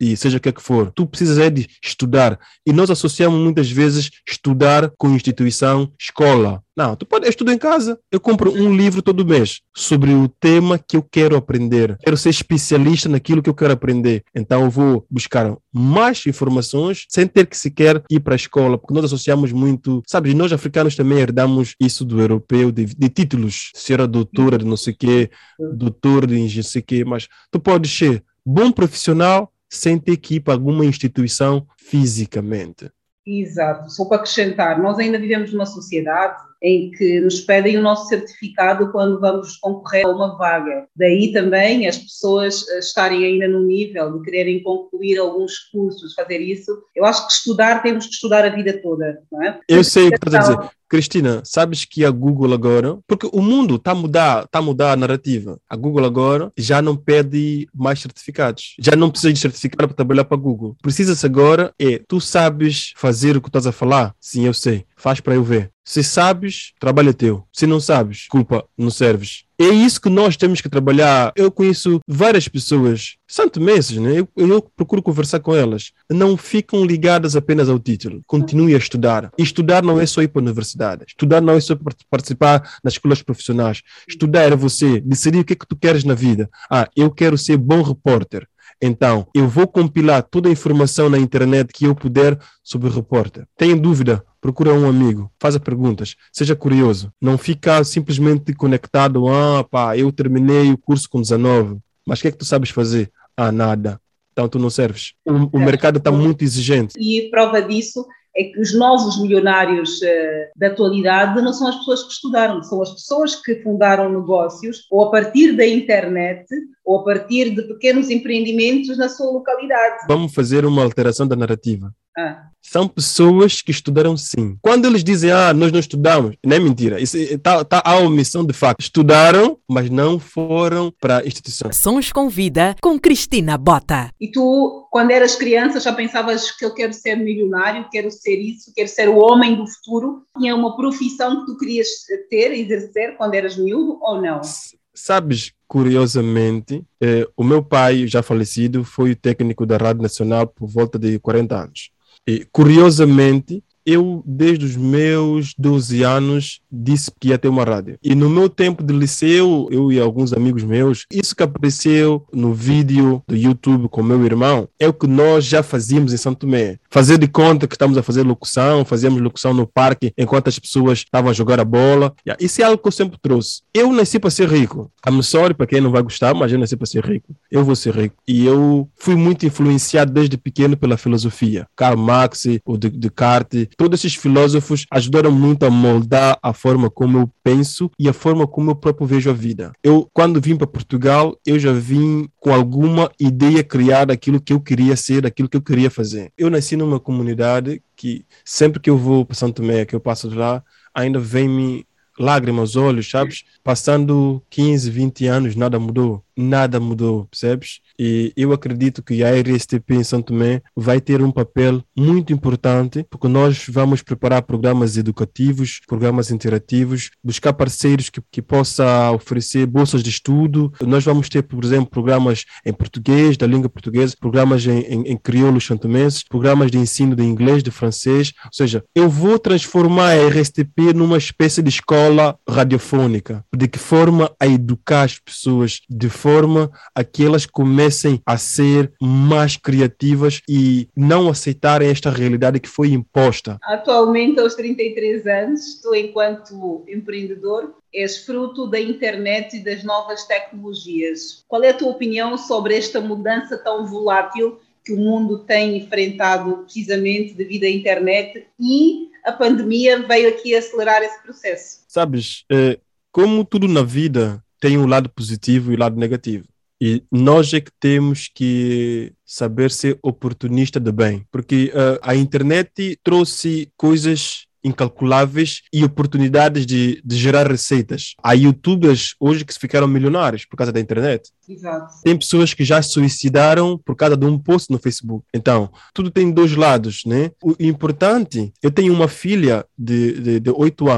e seja o que é que for. Tu precisas é de estudar. E nós associamos muitas vezes estudar com instituição, escola. Não, tu pode estudar em casa. Eu compro um livro todo mês sobre o tema que eu quero aprender. Quero ser especialista naquilo que eu quero aprender. Então eu vou buscar mais informações sem ter que sequer ir para a escola, porque nós associamos muito, sabes, nós africanos também herdamos isso do europeu, de, de títulos. Ser doutora de não sei o quê, doutor de não sei o quê, mas tu podes ser bom profissional sem ter que ir para alguma instituição fisicamente. Exato, só para acrescentar, nós ainda vivemos numa sociedade em que nos pedem o nosso certificado quando vamos concorrer a uma vaga. Daí também as pessoas estarem ainda no nível de quererem concluir alguns cursos, fazer isso. Eu acho que estudar, temos que estudar a vida toda, não é? Eu sei o que estás a dizer. Cristina, sabes que a Google agora, porque o mundo está a mudar, está a mudar a narrativa. A Google agora já não pede mais certificados. Já não precisa de certificado para trabalhar para a Google. Precisa-se agora é, tu sabes fazer o que estás a falar? Sim, eu sei. Faz para eu ver. Se sabes, trabalho é teu. Se não sabes, desculpa, não serves. É isso que nós temos que trabalhar. Eu conheço várias pessoas, santomenses, né? Eu, eu procuro conversar com elas. Não ficam ligadas apenas ao título. Continue a estudar. E estudar não é só ir para a universidade. Estudar não é só participar nas escolas profissionais. Estudar é você decidir o que é que tu queres na vida. Ah, eu quero ser bom repórter. Então, eu vou compilar toda a informação na internet que eu puder sobre o repórter. Tem dúvida? Procura um amigo, faça perguntas, seja curioso. Não fica simplesmente conectado, ah, pá, eu terminei o curso com dezanove, mas o que é que tu sabes fazer? Ah, nada. Então tu não serves. O, o mercado está muito exigente. E prova disso é que os novos milionários uh, da atualidade não são as pessoas que estudaram, são as pessoas que fundaram negócios ou a partir da internet ou a partir de pequenos empreendimentos na sua localidade. Vamos fazer uma alteração da narrativa. Ah. São pessoas que estudaram sim. Quando eles dizem, ah, nós não estudamos, não é mentira. Isso está tá a omissão de facto. Estudaram, mas não foram para a instituição. Sons com Vida com Cristina Bota. E tu, quando eras criança, já pensavas que eu quero ser milionário, quero ser isso, quero ser o homem do futuro? Tinha uma profissão que tu querias ter, exercer quando eras miúdo ou não? Sabes, curiosamente, eh, o meu pai, já falecido, foi o técnico da Rádio Nacional por volta de quarenta anos. E, curiosamente, eu, desde os meus doze anos, disse que ia ter uma rádio. E no meu tempo de liceu, eu e alguns amigos meus, isso que apareceu no vídeo do YouTube com meu irmão, é o que nós já fazíamos em São Tomé. Fazer de conta que estamos a fazer locução, fazíamos locução no parque enquanto as pessoas estavam a jogar a bola. Isso é algo que eu sempre trouxe. Eu nasci para ser rico. I'm sorry para quem não vai gostar, mas eu nasci para ser rico. Eu vou ser rico. E eu fui muito influenciado desde pequeno pela filosofia. Karl Marx, o Descartes, todos esses filósofos ajudaram muito a moldar a forma como eu penso e a forma como eu próprio vejo a vida. Eu, quando vim para Portugal, eu já vim com alguma ideia criada daquilo que eu queria ser, daquilo que eu queria fazer. Eu nasci numa comunidade que sempre que eu vou para São Tomé, que eu passo de lá, ainda vem-me lágrimas aos olhos, sabes? Passando quinze, vinte anos, nada mudou. Nada mudou, percebes? E eu acredito que a R S T P em São Tomé vai ter um papel muito importante, porque nós vamos preparar programas educativos, programas interativos, buscar parceiros que, que possam oferecer bolsas de estudo. Nós vamos ter, por exemplo, programas em português, da língua portuguesa, programas em, em, em crioulos santomenses, programas de ensino de inglês, de francês. Ou seja, eu vou transformar a R S T P numa espécie de escola radiofônica. De que forma a educar as pessoas, de forma a que elas comecem a ser mais criativas e não aceitarem esta realidade que foi imposta. Atualmente, aos trinta e três anos, tu, enquanto empreendedor, és fruto da internet e das novas tecnologias. Qual é a tua opinião sobre esta mudança tão volátil que o mundo tem enfrentado precisamente devido à internet e a pandemia veio aqui acelerar esse processo? Sabes, é, como tudo na vida tem um lado positivo e um lado negativo. E nós é que temos que saber ser oportunista de bem. Porque uh, a internet trouxe coisas incalculáveis e oportunidades de, de gerar receitas. Há youtubers hoje que se ficaram milionários por causa da internet. Exato. Tem pessoas que já se suicidaram por causa de um post no Facebook. Então, tudo tem dois lados, né? O importante, eu tenho uma filha de, de, de oito anos.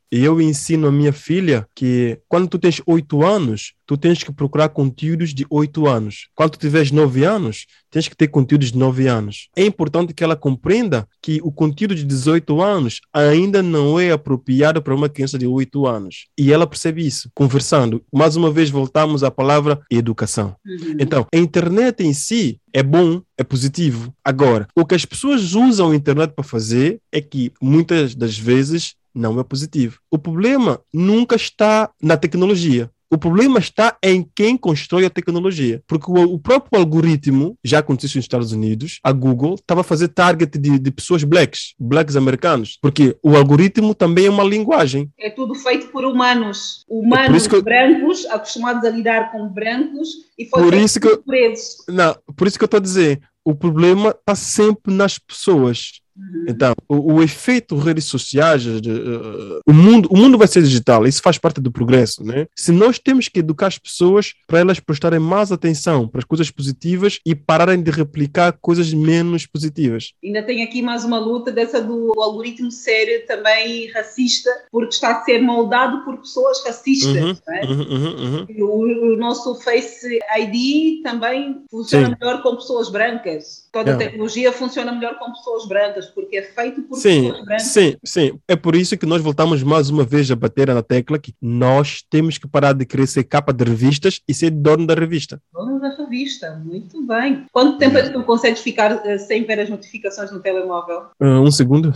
E eu ensino a minha filha que quando tu tens oito anos, tu tens que procurar conteúdos de oito anos. Quando tu tiveres nove anos, tens que ter conteúdos de nove anos. É importante que ela compreenda que o conteúdo de dezoito anos ainda não é apropriado para uma criança de oito anos. E ela percebe isso, conversando. Mais uma vez, voltamos à palavra educação. Uhum. Então, a internet em si é bom, é positivo. Agora, o que as pessoas usam a internet para fazer é que muitas das vezes não é positivo. O problema nunca está na tecnologia. O problema está em quem constrói a tecnologia. Porque o, o próprio algoritmo, já aconteceu nos Estados Unidos, a Google estava a fazer target de, de pessoas blacks, blacks americanos. Porque o algoritmo também é uma linguagem. É tudo feito por humanos. Humanos é eu... brancos, acostumados a lidar com brancos, e foi por feito isso que por eu... presos. Não, por isso que eu estou a dizer, o problema está sempre nas pessoas. Uhum. Então, o, o efeito redes sociais, de, uh, o, mundo, o mundo vai ser digital, isso faz parte do progresso, né? Se nós temos que educar as pessoas para elas prestarem mais atenção para as coisas positivas e pararem de replicar coisas menos positivas. Ainda tem aqui mais uma luta dessa do algoritmo ser também racista, porque está a ser moldado por pessoas racistas, uhum, não é? Uhum, uhum, uhum. O, o nosso Face I D também funciona Sim. melhor com pessoas brancas. Toda a tecnologia funciona melhor com pessoas brancas, porque é feito por sim, pessoas brancas. Sim, sim. É por isso que nós voltamos mais uma vez a bater na tecla que nós temos que parar de querer ser capa de revistas e ser dono da revista. Dono da revista, muito bem. Quanto tempo é que tu consegues ficar uh, sem ver as notificações no telemóvel? Uh, um segundo.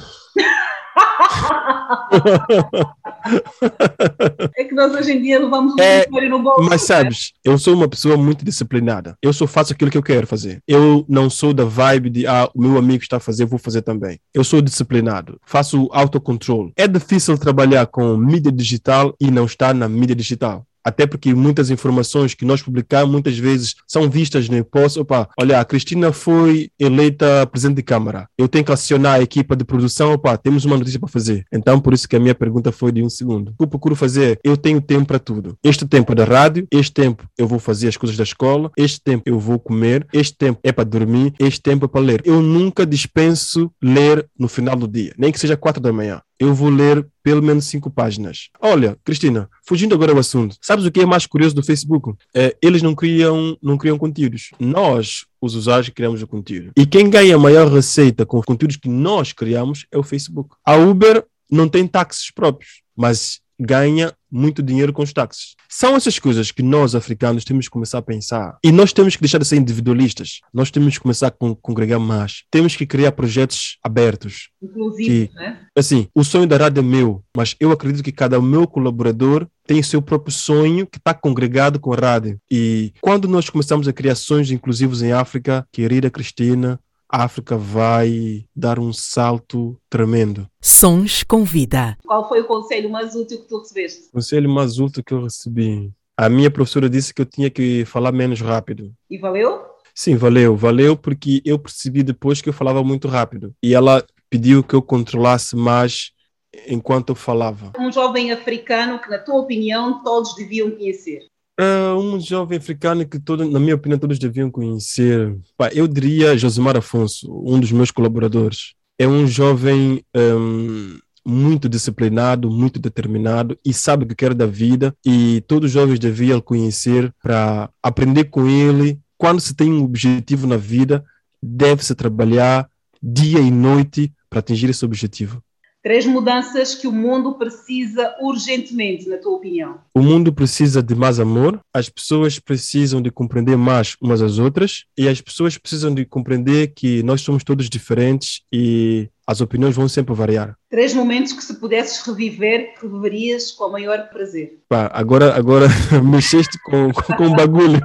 É que nós hoje em dia levamos o é, no bolso. Mas sabes, né? Eu sou uma pessoa muito disciplinada. Eu só faço aquilo que eu quero fazer. Eu não sou da vibe de, ah, o meu amigo está a fazer, eu vou fazer também. Eu sou disciplinado. Faço autocontrole. É difícil trabalhar com mídia digital e não estar na mídia digital. Até porque muitas informações que nós publicamos muitas vezes são vistas no post. Opa, olha, a Cristina foi eleita presidente de Câmara. Eu tenho que acionar a equipa de produção. Opa, temos uma notícia para fazer. Então, por isso que a minha pergunta foi de um segundo. O que eu procuro fazer? Eu tenho tempo para tudo. Este tempo é da rádio, este tempo eu vou fazer as coisas da escola, este tempo eu vou comer, este tempo é para dormir, este tempo é para ler. Eu nunca dispenso ler no final do dia, nem que seja quatro da manhã. Eu vou ler pelo menos cinco páginas. Olha, Cristina, fugindo agora do assunto, sabes o que é mais curioso do Facebook? É, eles não criam, não criam conteúdos. Nós, os usuários, criamos o conteúdo. E quem ganha a maior receita com os conteúdos que nós criamos é o Facebook. A Uber não tem táxis próprios, mas ganha muito dinheiro com os táxis. São essas coisas que nós, africanos, temos que começar a pensar. E nós temos que deixar de ser individualistas. Nós temos que começar a con- congregar mais. Temos que criar projetos abertos. Inclusive, que, né? Assim, o sonho da rádio é meu, mas eu acredito que cada meu colaborador tem o seu próprio sonho que está congregado com a rádio. E quando nós começamos a criar sonhos inclusivos em África, querida Cristina, a África vai dar um salto tremendo. Sons com Vida. Qual foi o conselho mais útil que tu recebeste? O conselho mais útil que eu recebi? A minha professora disse que eu tinha que falar menos rápido. E valeu? Sim, valeu. Valeu porque eu percebi depois que eu falava muito rápido. E ela pediu que eu controlasse mais enquanto eu falava. Um jovem africano que, na tua opinião, todos deviam conhecer. Uh, um jovem africano que, todo, na minha opinião, todos deviam conhecer. Pá, eu diria Josimar Afonso, um dos meus colaboradores. É um jovem um, muito disciplinado, muito determinado e sabe o que quer da vida. E todos os jovens deviam conhecer para aprender com ele. Quando se tem um objetivo na vida, deve-se trabalhar dia e noite para atingir esse objetivo. Três mudanças que o mundo precisa urgentemente, na tua opinião. O mundo precisa de mais amor, as pessoas precisam de compreender mais umas às outras e as pessoas precisam de compreender que nós somos todos diferentes e as opiniões vão sempre variar. Três momentos que se pudesses reviver, reviverias com o maior prazer. Pá, agora, agora mexeste com, com, com um bagulho.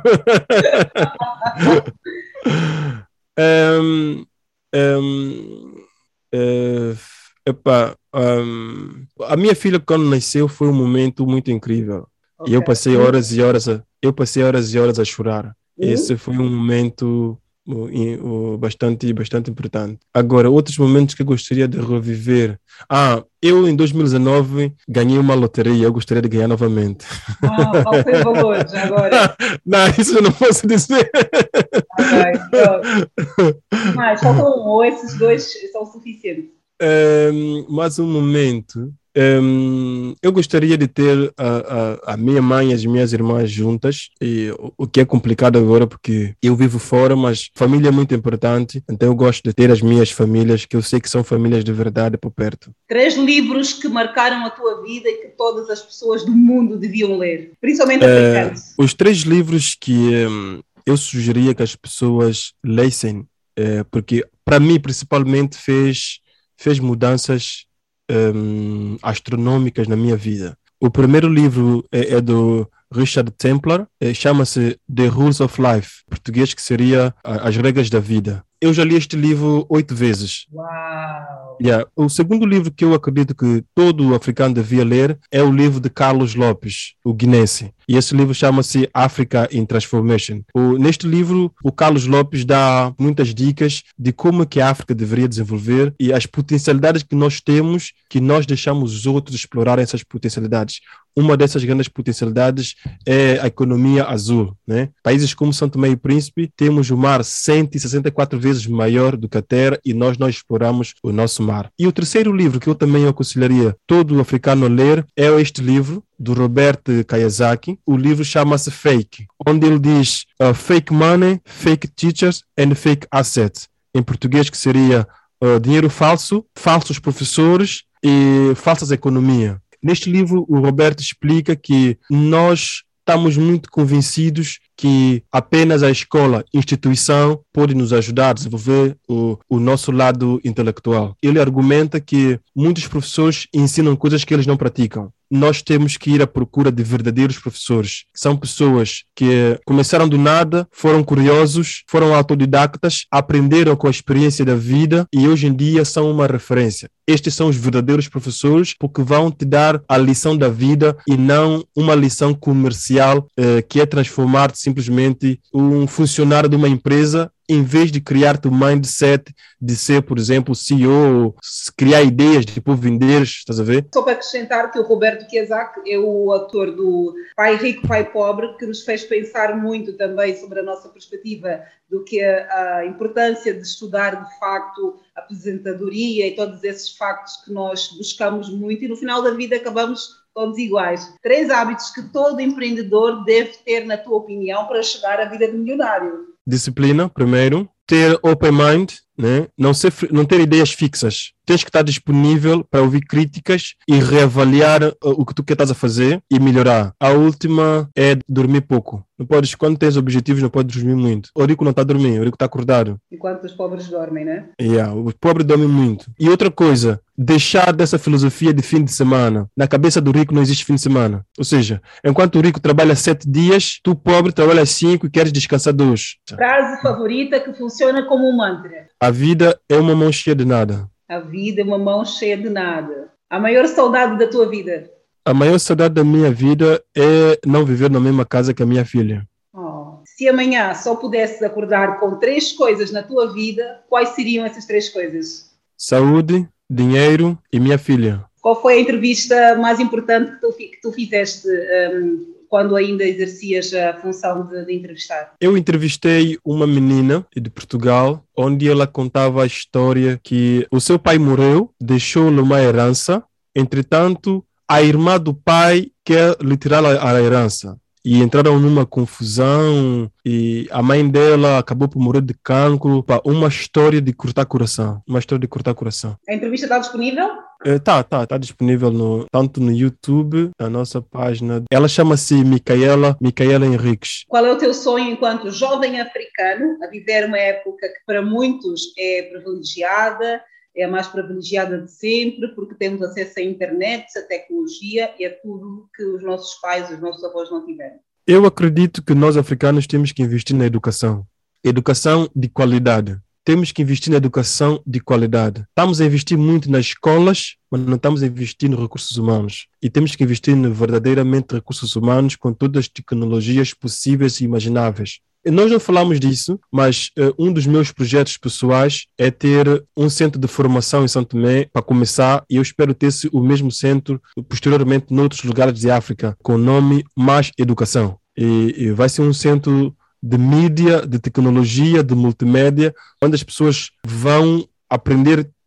um, um, uh, Epá, um, a minha filha quando nasceu foi um momento muito incrível. Okay. E eu passei horas e horas a, eu passei horas e horas a chorar. Uhum. Esse foi um momento uh, uh, bastante, bastante importante. Agora, outros momentos que eu gostaria de reviver. Ah, eu em dois mil e dezenove ganhei uma loteria, eu gostaria de ganhar novamente. Ah, qual foi o valor já agora? Não, isso eu não posso dizer. Ok, mas faltam um, ou esses dois são suficientes? Um, mais um momento Um, eu gostaria de ter a, a, a minha mãe e as minhas irmãs juntas, e o, o que é complicado agora porque eu vivo fora, mas família é muito importante, então eu gosto de ter as minhas famílias, que eu sei que são famílias de verdade por perto. Três livros que marcaram a tua vida e que todas as pessoas do mundo deviam ler, principalmente Uh, africanos. os três livros que um, eu sugeria que as pessoas lessem, uh, porque para mim principalmente fez, fez mudanças Um, astronômicas na minha vida. O primeiro livro é, é do Richard Templar, é, chama-se The Rules of Life, em português que seria As Regras da Vida. Eu já li este livro oito vezes. Uau! Yeah. O segundo livro que eu acredito que todo africano devia ler é o livro de Carlos Lopes, o guinense. E esse livro chama-se Africa in Transformation. O, neste livro, o Carlos Lopes dá muitas dicas de como é que a África deveria desenvolver e as potencialidades que nós temos, que nós deixamos os outros explorarem essas potencialidades. Uma dessas grandes potencialidades é a economia azul, né? Países como São Tomé e Príncipe, temos o mar cento e sessenta e quatro vezes maior do que a Terra e nós não exploramos o nosso mar. E o terceiro livro que eu também aconselharia todo africano a ler é este livro, do Robert Kiyosaki. O livro chama-se Fake, onde ele diz uh, Fake Money, Fake Teachers and Fake Assets. Em português que seria uh, dinheiro falso, falsos professores e falsas economia. Neste livro, o Roberto explica que nós estamos muito convencidos que apenas a escola, instituição, pode nos ajudar a desenvolver o, o nosso lado intelectual. Ele argumenta que muitos professores ensinam coisas que eles não praticam. Nós temos que ir à procura de verdadeiros professores. São pessoas que começaram do nada, foram curiosos, foram autodidactas, aprenderam com a experiência da vida e hoje em dia são uma referência. Estes são os verdadeiros professores porque vão te dar a lição da vida e não uma lição comercial eh, que é transformar-te simplesmente um funcionário de uma empresa em vez de criar-te o mindset de ser, por exemplo, C E O, criar ideias de depois vender, estás a ver? Só para acrescentar que o Roberto Kiyosaki é o autor do Pai Rico, Pai Pobre, que nos fez pensar muito também sobre a nossa perspectiva do que a, a importância de estudar, de facto, a aposentadoria e todos esses factos que nós buscamos muito e no final da vida acabamos todos iguais. Três hábitos que todo empreendedor deve ter, na tua opinião, para chegar à vida de milionário. Disciplina, primeiro. Ter open mind, né? não, ser, não ter ideias fixas. Tens que estar disponível para ouvir críticas e reavaliar uh, o que tu quer estás a fazer e melhorar. A última é dormir pouco. Não podes, quando tens objetivos, não podes dormir muito. O rico não está a dormir, o rico está acordado. Enquanto os pobres dormem, né? Yeah, os pobres dormem muito. E outra coisa, deixar dessa filosofia de fim de semana. Na cabeça do rico não existe fim de semana. Ou seja, enquanto o rico trabalha sete dias, tu pobre trabalha cinco e queres descansar dois. Frase favorita que funciona como um mantra. A vida é uma mão cheia de nada. A vida é uma mão cheia de nada. A maior saudade da tua vida? A maior saudade da minha vida é não viver na mesma casa que a minha filha. Oh. Se amanhã só pudesses acordar com três coisas na tua vida, quais seriam essas três coisas? Saúde, dinheiro e minha filha. Qual foi a entrevista mais importante que tu, que tu fizeste um, quando ainda exercias a função de, de entrevistar? Eu entrevistei uma menina de Portugal, onde ela contava a história que o seu pai morreu, deixou-lhe uma herança, entretanto, a irmã do pai quer lhe tirar a herança. E entraram numa confusão e a mãe dela acabou por morrer de cancro. Uma história de cortar coração. Uma história de cortar coração. A entrevista está disponível? É, tá, tá, tá disponível no, tanto no YouTube, na nossa página. Ela chama-se Micaela, Micaela Henriques. Qual é o teu sonho enquanto jovem africano a viver uma época que para muitos é privilegiada, é a mais privilegiada de sempre, porque temos acesso à internet, à tecnologia e a tudo que os nossos pais, os nossos avós não tiveram? Eu acredito que nós africanos temos que investir na educação. Educação de qualidade. Temos que investir na educação de qualidade. Estamos a investir muito nas escolas, mas não estamos a investir nos recursos humanos. E temos que investir no, verdadeiramente recursos humanos com todas as tecnologias possíveis e imagináveis. Nós não falamos disso, mas uh, um dos meus projetos pessoais é ter um centro de formação em São Tomé para começar, e eu espero ter o mesmo centro posteriormente em outros lugares de África, com o nome Mais Educação. E, e vai ser um centro de mídia, de tecnologia, de multimédia, onde as pessoas vão aprender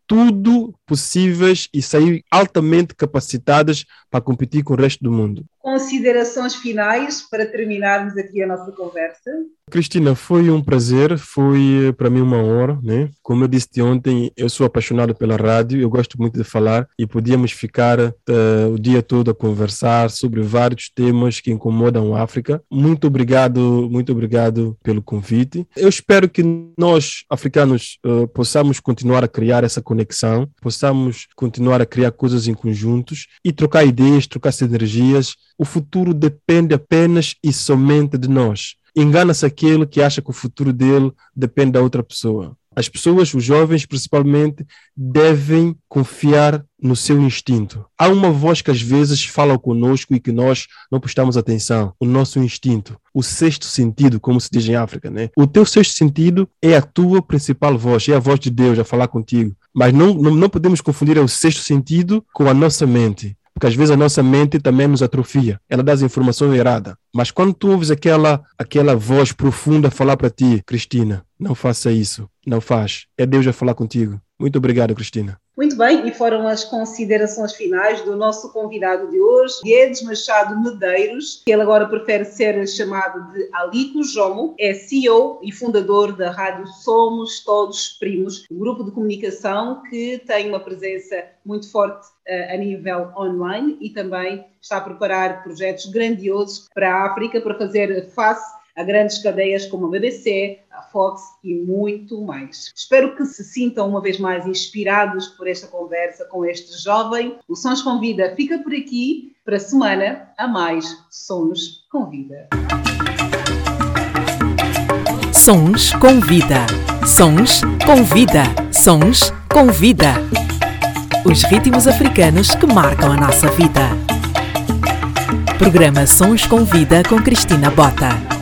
tudo possíveis e sair altamente capacitadas para competir com o resto do mundo. Considerações finais para terminarmos aqui a nossa conversa? Cristina, foi um prazer, foi para mim uma honra, né? Como eu disse ontem, eu sou apaixonado pela rádio, eu gosto muito de falar e podíamos ficar uh, o dia todo a conversar sobre vários temas que incomodam a África. Muito obrigado, muito obrigado pelo convite. Eu espero que nós, africanos, uh, possamos continuar a criar essa conexão, possamos continuar a criar coisas em conjuntos e trocar ideias, trocar sinergias. O futuro depende apenas e somente de nós. Engana-se aquele que acha que o futuro dele depende da outra pessoa. As pessoas, os jovens principalmente, devem confiar no seu instinto. Há uma voz que às vezes fala conosco e que nós não prestamos atenção. O nosso instinto. O sexto sentido, como se diz em África, né? O teu sexto sentido é a tua principal voz, é a voz de Deus a falar contigo. Mas não, não, não podemos confundir o sexto sentido com a nossa mente. Porque às vezes a nossa mente também nos atrofia. Ela dá as informações erradas. Mas quando tu ouves aquela, aquela voz profunda falar para ti, Cristina, não faça isso. Não faz. É Deus a falar contigo. Muito obrigado, Cristina. Muito bem, e foram as considerações finais do nosso convidado de hoje, Guedes Machado Medeiros, que ele agora prefere ser chamado de Aliko Jomo, é C E O e fundador da rádio Somos Todos Primos, um grupo de comunicação que tem uma presença muito forte uh, a nível online e também está a preparar projetos grandiosos para a África, para fazer face a grandes cadeias como a B B C, a Fox e muito mais. Espero que se sintam uma vez mais inspirados por esta conversa com este jovem. O Sons com Vida fica por aqui. Para a semana, a mais Sons com Vida. Sons com Vida. Sons com Vida. Sons com Vida. Os ritmos africanos que marcam a nossa vida. Programa Sons com Vida com Cristina Bota.